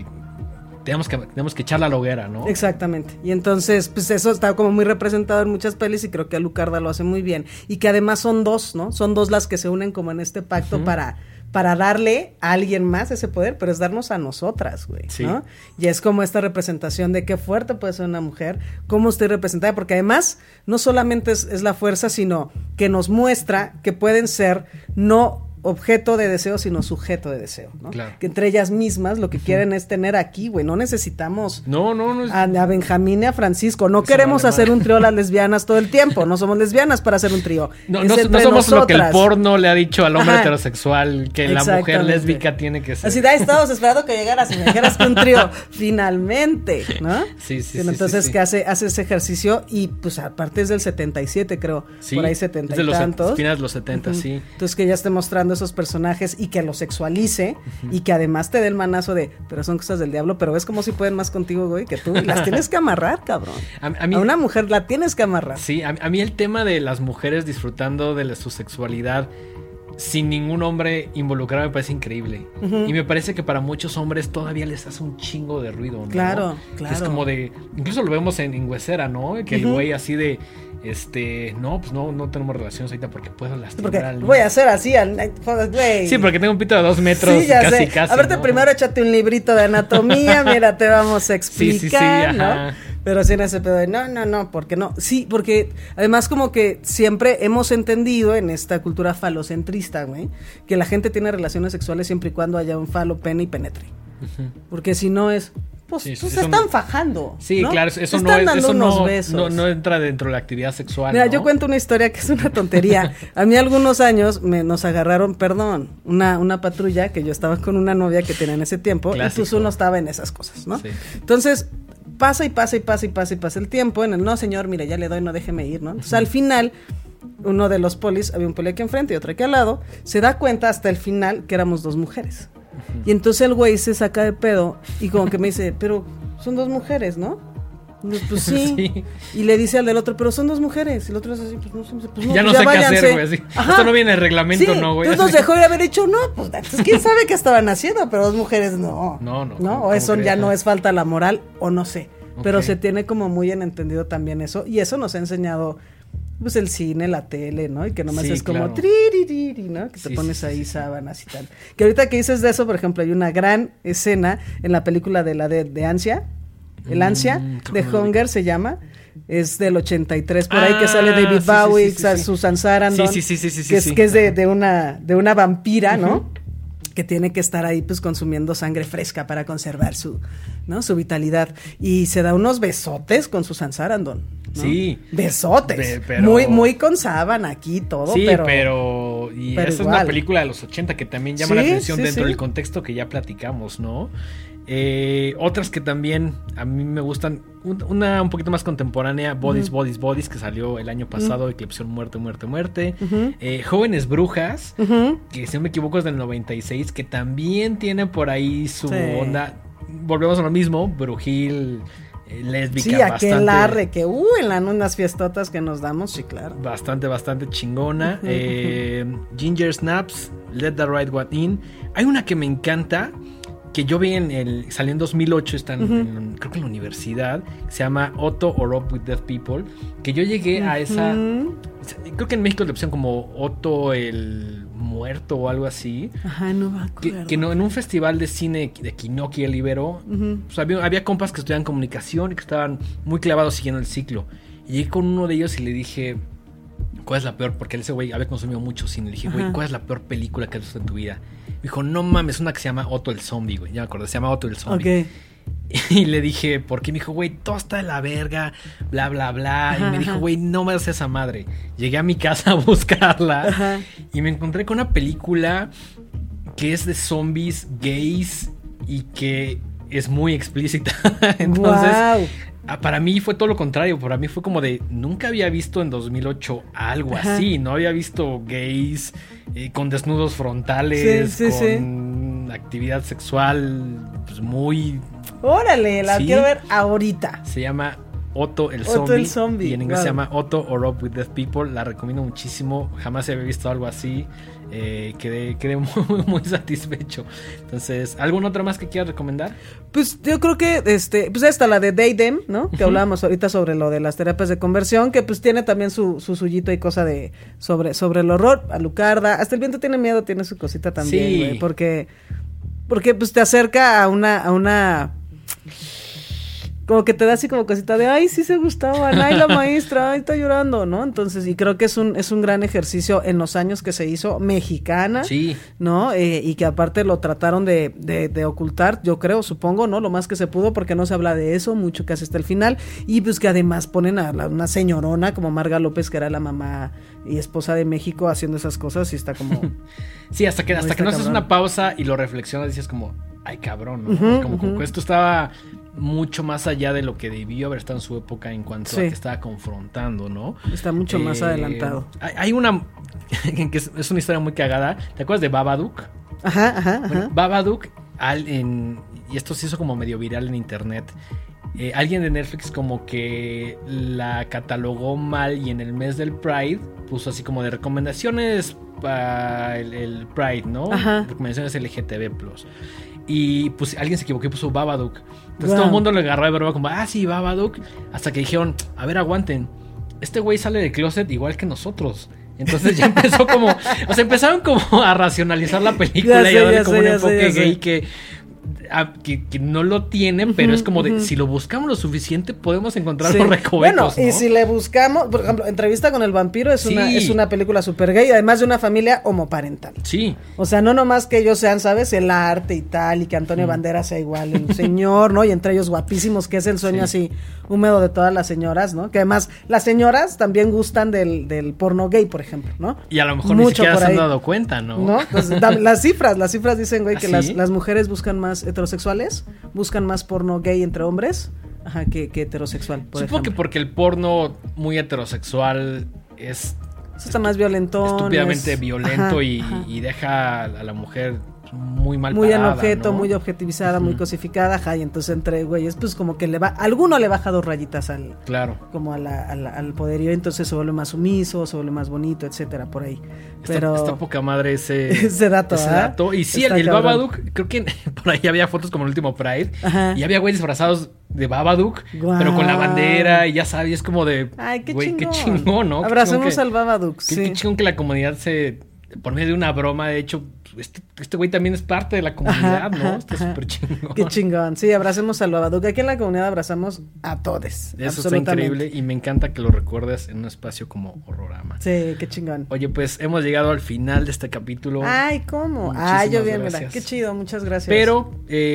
echarla a la hoguera, ¿no? Exactamente. Y entonces, pues eso está como muy representado en muchas pelis y creo que Alucarda lo hace muy bien. Y que además son dos, ¿no? Son dos las que se unen como en este pacto para darle a alguien más ese poder, pero es darnos a nosotras, güey, ¿no? Y es como esta representación de qué fuerte puede ser una mujer, cómo estoy representada, porque además no solamente es la fuerza, sino que nos muestra que pueden ser no objeto de deseo, sino sujeto de deseo, ¿no? Claro. Que entre ellas mismas lo que quieren es tener aquí, güey, no necesitamos es... a Benjamín y a Francisco, no queremos hacer un trío las lesbianas todo el tiempo, no somos lesbianas para hacer un trío. No somos nosotras. Lo que el porno le ha dicho al hombre heterosexual, que la mujer lésbica tiene que ser. Así de ahí estábamos esperando que llegaras y me dijeras que un trío, finalmente, ¿no? Sí. Entonces que hace ese ejercicio y pues aparte es del 77, creo, por ahí 70 y tantos. Finales de los 70, sí. Entonces que ya esté mostrando esos personajes y que los sexualice y que además te dé el manazo de, pero son cosas del diablo, pero ves como si pueden más contigo, güey, que tú las tienes que amarrar, cabrón. A una mujer la tienes que amarrar. Sí, a mí el tema de las mujeres disfrutando de su sexualidad sin ningún hombre involucrado me parece increíble. Y me parece que para muchos hombres todavía les hace un chingo de ruido, ¿no? Claro. Es como de, incluso lo vemos en Huesera, ¿no? Que el güey así de no tenemos relaciones ahorita porque puedo lastimar al... Voy a hacer así güey. Sí, porque tengo un pito de 2 metros, sí, casi. A verte, ¿no? Primero échate un librito de anatomía, mira, te vamos a explicar, sí, ¿no? Pero sí en ese pedo de no, ¿por qué no? Sí, porque además como que siempre hemos entendido en esta cultura falocentrista, güey, que la gente tiene relaciones sexuales siempre y cuando haya un falo, pene y penetre. Porque si no es... Pues se están fajando. Sí, ¿no? claro, eso no entra dentro de la actividad sexual. Mira, ¿no? yo cuento una historia que es una tontería. A mí algunos años nos agarraron, una patrulla, que yo estaba con una novia que tenía en ese tiempo. Clásico. Y pues uno estaba en esas cosas, ¿no? Sí. Entonces, pasa el tiempo. No, señor, mire, ya le doy, no déjeme ir, ¿no? Entonces, al final, uno de los polis, había un poli aquí enfrente y otro aquí al lado, se da cuenta hasta el final que éramos 2 mujeres. Y entonces el güey se saca de pedo y como que me dice, pero son 2 mujeres, ¿no? Pues sí. Y le dice al del otro, pero son 2 mujeres. Y el otro es así, pues no. Ya no sé qué hacer, güey. Esto no viene en el reglamento, ¿no, güey? Entonces nos dejó de haber dicho, no, pues quién sabe qué estaban haciendo, pero 2 mujeres no. No, o eso ya no es falta la moral, o no sé. Okay. Pero se tiene como muy en entendido también eso. Y eso nos ha enseñado... pues el cine, la tele, ¿no? Y que nomás es como tririri, ¿no? Que te pones ahí sábanas y tal. Que ahorita que dices de eso, por ejemplo, hay una gran escena en la película de Ansia, El Ansia, de Hunger se llama, es del 83, por ahí que sale David Bowie, Susan Sarandon, que es de una vampira, ¿no? Que tiene que estar ahí pues consumiendo sangre fresca para conservar su vitalidad. Y se da unos besotes con Susan Sarandon, ¿no? Sí. Besotes. Pero... Muy con sábana aquí todo. Sí, pero esa es una película de los 80 que también llama la atención dentro del contexto que ya platicamos, ¿no? Otras que también a mí me gustan, una un poquito más contemporánea, Bodies, que salió el año pasado, Eclipsión Muerte. Jóvenes Brujas, que si no me equivoco es del 96, que también tiene por ahí su onda. Volvemos a lo mismo, brujil, lésbica, sí, bastante. Aquel arre que en unas fiestotas que nos damos, sí, claro. Bastante chingona. Ginger Snaps, Let the Right One In. Hay una que me encanta, que yo vi salió en 2008, está creo que en la universidad, se llama Otto or Up with Dead People, que yo llegué a esa, creo que en México es la opción como Otto el muerto o algo así. Ajá, no me acuerdo. Que no, en un festival de cine de Kinoki el Ibero, pues había compas que estudiaban comunicación y que estaban muy clavados siguiendo el ciclo. Y llegué con uno de ellos y le dije, ¿cuál es la peor? Porque ese güey había consumido mucho cine. Le dije, güey, ¿cuál es la peor película que has visto en tu vida? Me dijo, no mames, una que se llama Otto el Zombie, güey. Ya me acordé, se llama Otto el Zombie. Ok. Y le dije, ¿por qué? Me dijo, güey, todo está de la verga, bla, bla, bla. Ajá, y me dijo, güey, no me hagas esa madre. Llegué a mi casa a buscarla y me encontré con una película que es de zombies gays y que es muy explícita. Entonces, para mí fue todo lo contrario. Para mí fue como de, nunca había visto en 2008 algo así. No había visto gays con desnudos frontales, con actividad sexual pues, muy... Órale, la quiero ver ahorita. Se llama Otto el Zombie. Y en inglés se llama Otto or Up with Dead People. La recomiendo muchísimo. Jamás había visto algo así. Quedé muy, muy satisfecho. Entonces, ¿alguna otra más que quieras recomendar? Pues yo creo que pues esta, la de They Them, ¿no? Que hablábamos ahorita sobre lo de las terapias de conversión, que pues tiene también su suyito y cosa de sobre el horror. Alucarda, hasta el viento tiene miedo, tiene su cosita también, güey, porque pues te acerca a una como que te da así como cosita de, ay, sí se gustaban, ay, la maestra, ay, está llorando, ¿no? Entonces, y creo que es un gran ejercicio en los años que se hizo, mexicana, ¿no? Y que aparte lo trataron de ocultar, yo creo, supongo, ¿no? Lo más que se pudo, porque no se habla de eso, mucho casi hasta el final, y pues que además ponen a una señorona como Marga López, que era la mamá y esposa de México, haciendo esas cosas, y está como... Sí, hasta que no haces una pausa y lo reflexionas, dices como, ay, cabrón, ¿no? Como esto estaba... mucho más allá de lo que debió haber estado en su época en cuanto a que estaba confrontando, ¿no? Está mucho más adelantado. Hay una que es una historia muy cagada. ¿Te acuerdas de Babadook? Ajá. Bueno, Babadook, y esto se hizo como medio viral en internet. Alguien de Netflix como que la catalogó mal y en el mes del Pride puso así como de recomendaciones para el Pride, ¿no? Ajá. Recomendaciones LGTB+. Y pues alguien se equivocó y puso Babadook. Entonces todo el mundo le agarró de broma como, sí, Babadook. Hasta que dijeron, a ver, aguanten. Este güey sale del closet igual que nosotros. Entonces ya empezó como... o sea, empezaron como a racionalizar la película y a darle como un enfoque gay que no lo tienen, pero es como de, si lo buscamos lo suficiente, podemos encontrar los recovecos, bueno, ¿no? Y si le buscamos, por ejemplo, Entrevista con el vampiro es una película súper gay, además de una familia homoparental. Sí. O sea, no nomás que ellos sean, ¿sabes? El arte y tal, y que Antonio Banderas sea igual, el señor, ¿no? Y entre ellos guapísimos, que es el sueño así húmedo de todas las señoras, ¿no? Que además las señoras también gustan del porno gay, por ejemplo, ¿no? Y a lo mejor mucho ni siquiera se han dado cuenta, ¿no? Pues, las cifras dicen, güey, que las mujeres buscan más heterosexuales, buscan más porno gay entre hombres, que heterosexual, por ejemplo. Supongo que porque el porno muy heterosexual está más violentón, estúpidamente violento y deja a la mujer muy mal muy parada, en objeto, ¿no? Muy objetivizada, muy cosificada, y entonces entre güeyes, pues como que alguno le baja 2 rayitas como al poderío, entonces se vuelve más sumiso, se vuelve más bonito, etcétera, por ahí. Pero está poca madre ese dato. Y sí, el Babadook, creo que por ahí había fotos como el último Pride, y había güeyes disfrazados de Babadook, pero con la bandera, y ya sabes, es como de, ay, qué chingón, ¿no? Abracemos al Babadook, qué chingón que la comunidad por medio de una broma, de hecho, este güey también es parte de la comunidad, ¿no? Está súper chingón. Qué chingón. Sí, abracemos al Babadook. Aquí en la comunidad abrazamos a todos. Eso está increíble y me encanta que lo recuerdes en un espacio como Horrorama. Sí, qué chingón. Oye, pues hemos llegado al final de este capítulo. Ay, ¿cómo? Yo bien, mira. Qué chido, muchas gracias. Pero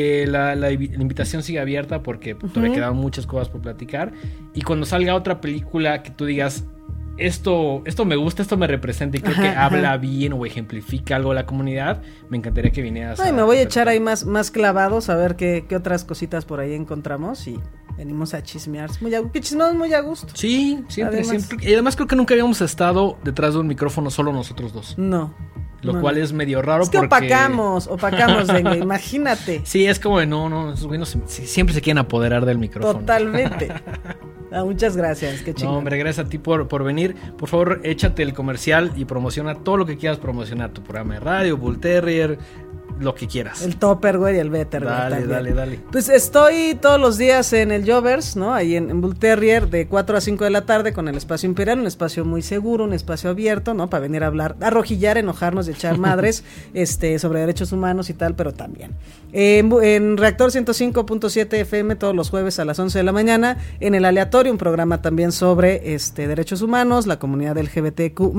la invitación sigue abierta porque todavía quedan muchas cosas por platicar. Y cuando salga otra película que tú digas, esto me gusta, esto me representa y creo que habla bien o ejemplifica algo de la comunidad, me encantaría que vinieras. Me voy a echar ahí más clavados a ver qué otras cositas por ahí encontramos y venimos a chismear. Que chismeamos muy a gusto. Sí, siempre. Y además creo que nunca habíamos estado detrás de un micrófono solo nosotros dos. No. Lo cual es medio raro porque... opacamos, venga, imagínate. Sí, es como de esos güeyes siempre se quieren apoderar del micrófono. Totalmente. Muchas gracias, qué chingón. No, hombre, gracias a ti por venir. Por favor, échate el comercial y promociona todo lo que quieras promocionar. Tu programa de radio, Bull Terrier, lo que quieras. El topper, güey, y el better, güey. Dale. Pues estoy todos los días en el Jovers, ¿no? Ahí en Bull Terrier, de 4 a 5 de la tarde con el Espacio Imperial, un espacio muy seguro, un espacio abierto, ¿no? Para venir a hablar, a rojillar, enojarnos y echar madres sobre derechos humanos y tal, pero también. En Reactor 105.7 FM todos los jueves a las 11 de la mañana, en El Aleatorio, un programa también sobre derechos humanos, la comunidad LGBTQ+.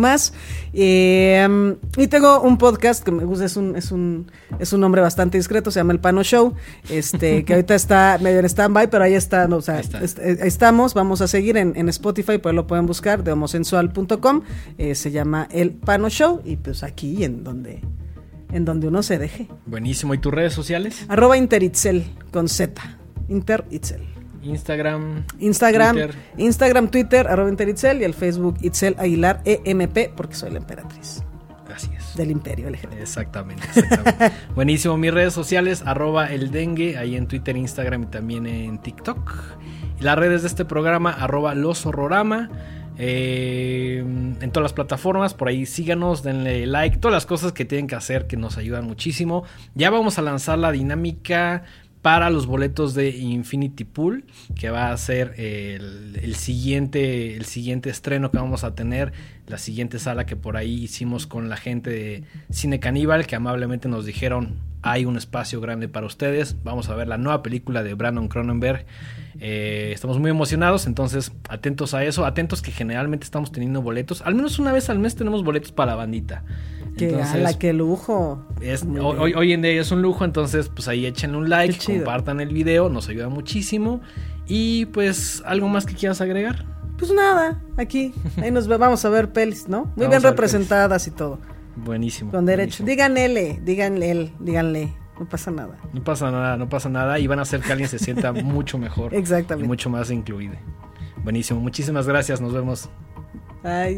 Y tengo un podcast que me gusta, es un nombre bastante discreto, se llama El Pano Show, que ahorita está medio en stand-by, pero ahí está, no, o sea, ahí estamos, vamos a seguir en Spotify, pues lo pueden buscar, de homosensual.com, se llama El Pano Show, y pues aquí en donde uno se deje. Buenísimo. ¿Y tus redes sociales? @Interitzel con Z. Interitzel. Instagram, Twitter, @Interitzel, y el Facebook Itzel Aguilar EMP, porque soy la emperatriz. Así es. Del imperio LGBT. Exactamente. Buenísimo. Mis redes sociales, @eldengue, ahí en Twitter, Instagram y también en TikTok. Y las redes de este programa, @loshorrorama. En todas las plataformas, por ahí síganos, denle like, todas las cosas que tienen que hacer que nos ayudan muchísimo. Ya vamos a lanzar la dinámica para los boletos de Infinity Pool, que va a ser el siguiente estreno que vamos a tener, la siguiente sala que por ahí hicimos con la gente de Cine Caníbal, que amablemente nos dijeron: hay un espacio grande para ustedes, vamos a ver la nueva película de Brandon Cronenberg. Estamos muy emocionados, entonces atentos a eso, atentos que generalmente estamos teniendo boletos, al menos una vez al mes tenemos boletos para la bandita. ¡Qué lujo! Hoy en día es un lujo, entonces pues ahí échenle un like, compartan el video, nos ayuda muchísimo. Y pues, ¿algo más que quieras agregar? Pues nada, aquí, ahí nos vamos a ver pelis, ¿no? Muy bien representadas y todo. Buenísimo. Con derecho. Díganle. No pasa nada. No pasa nada. Y van a hacer que alguien se sienta mucho mejor. Exactamente. Y mucho más incluido. Buenísimo. Muchísimas gracias. Nos vemos. Bye.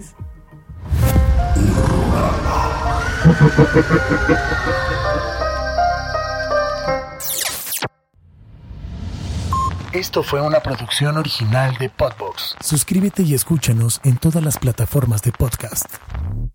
Esto fue una producción original de Podbox. Suscríbete y escúchanos en todas las plataformas de podcast.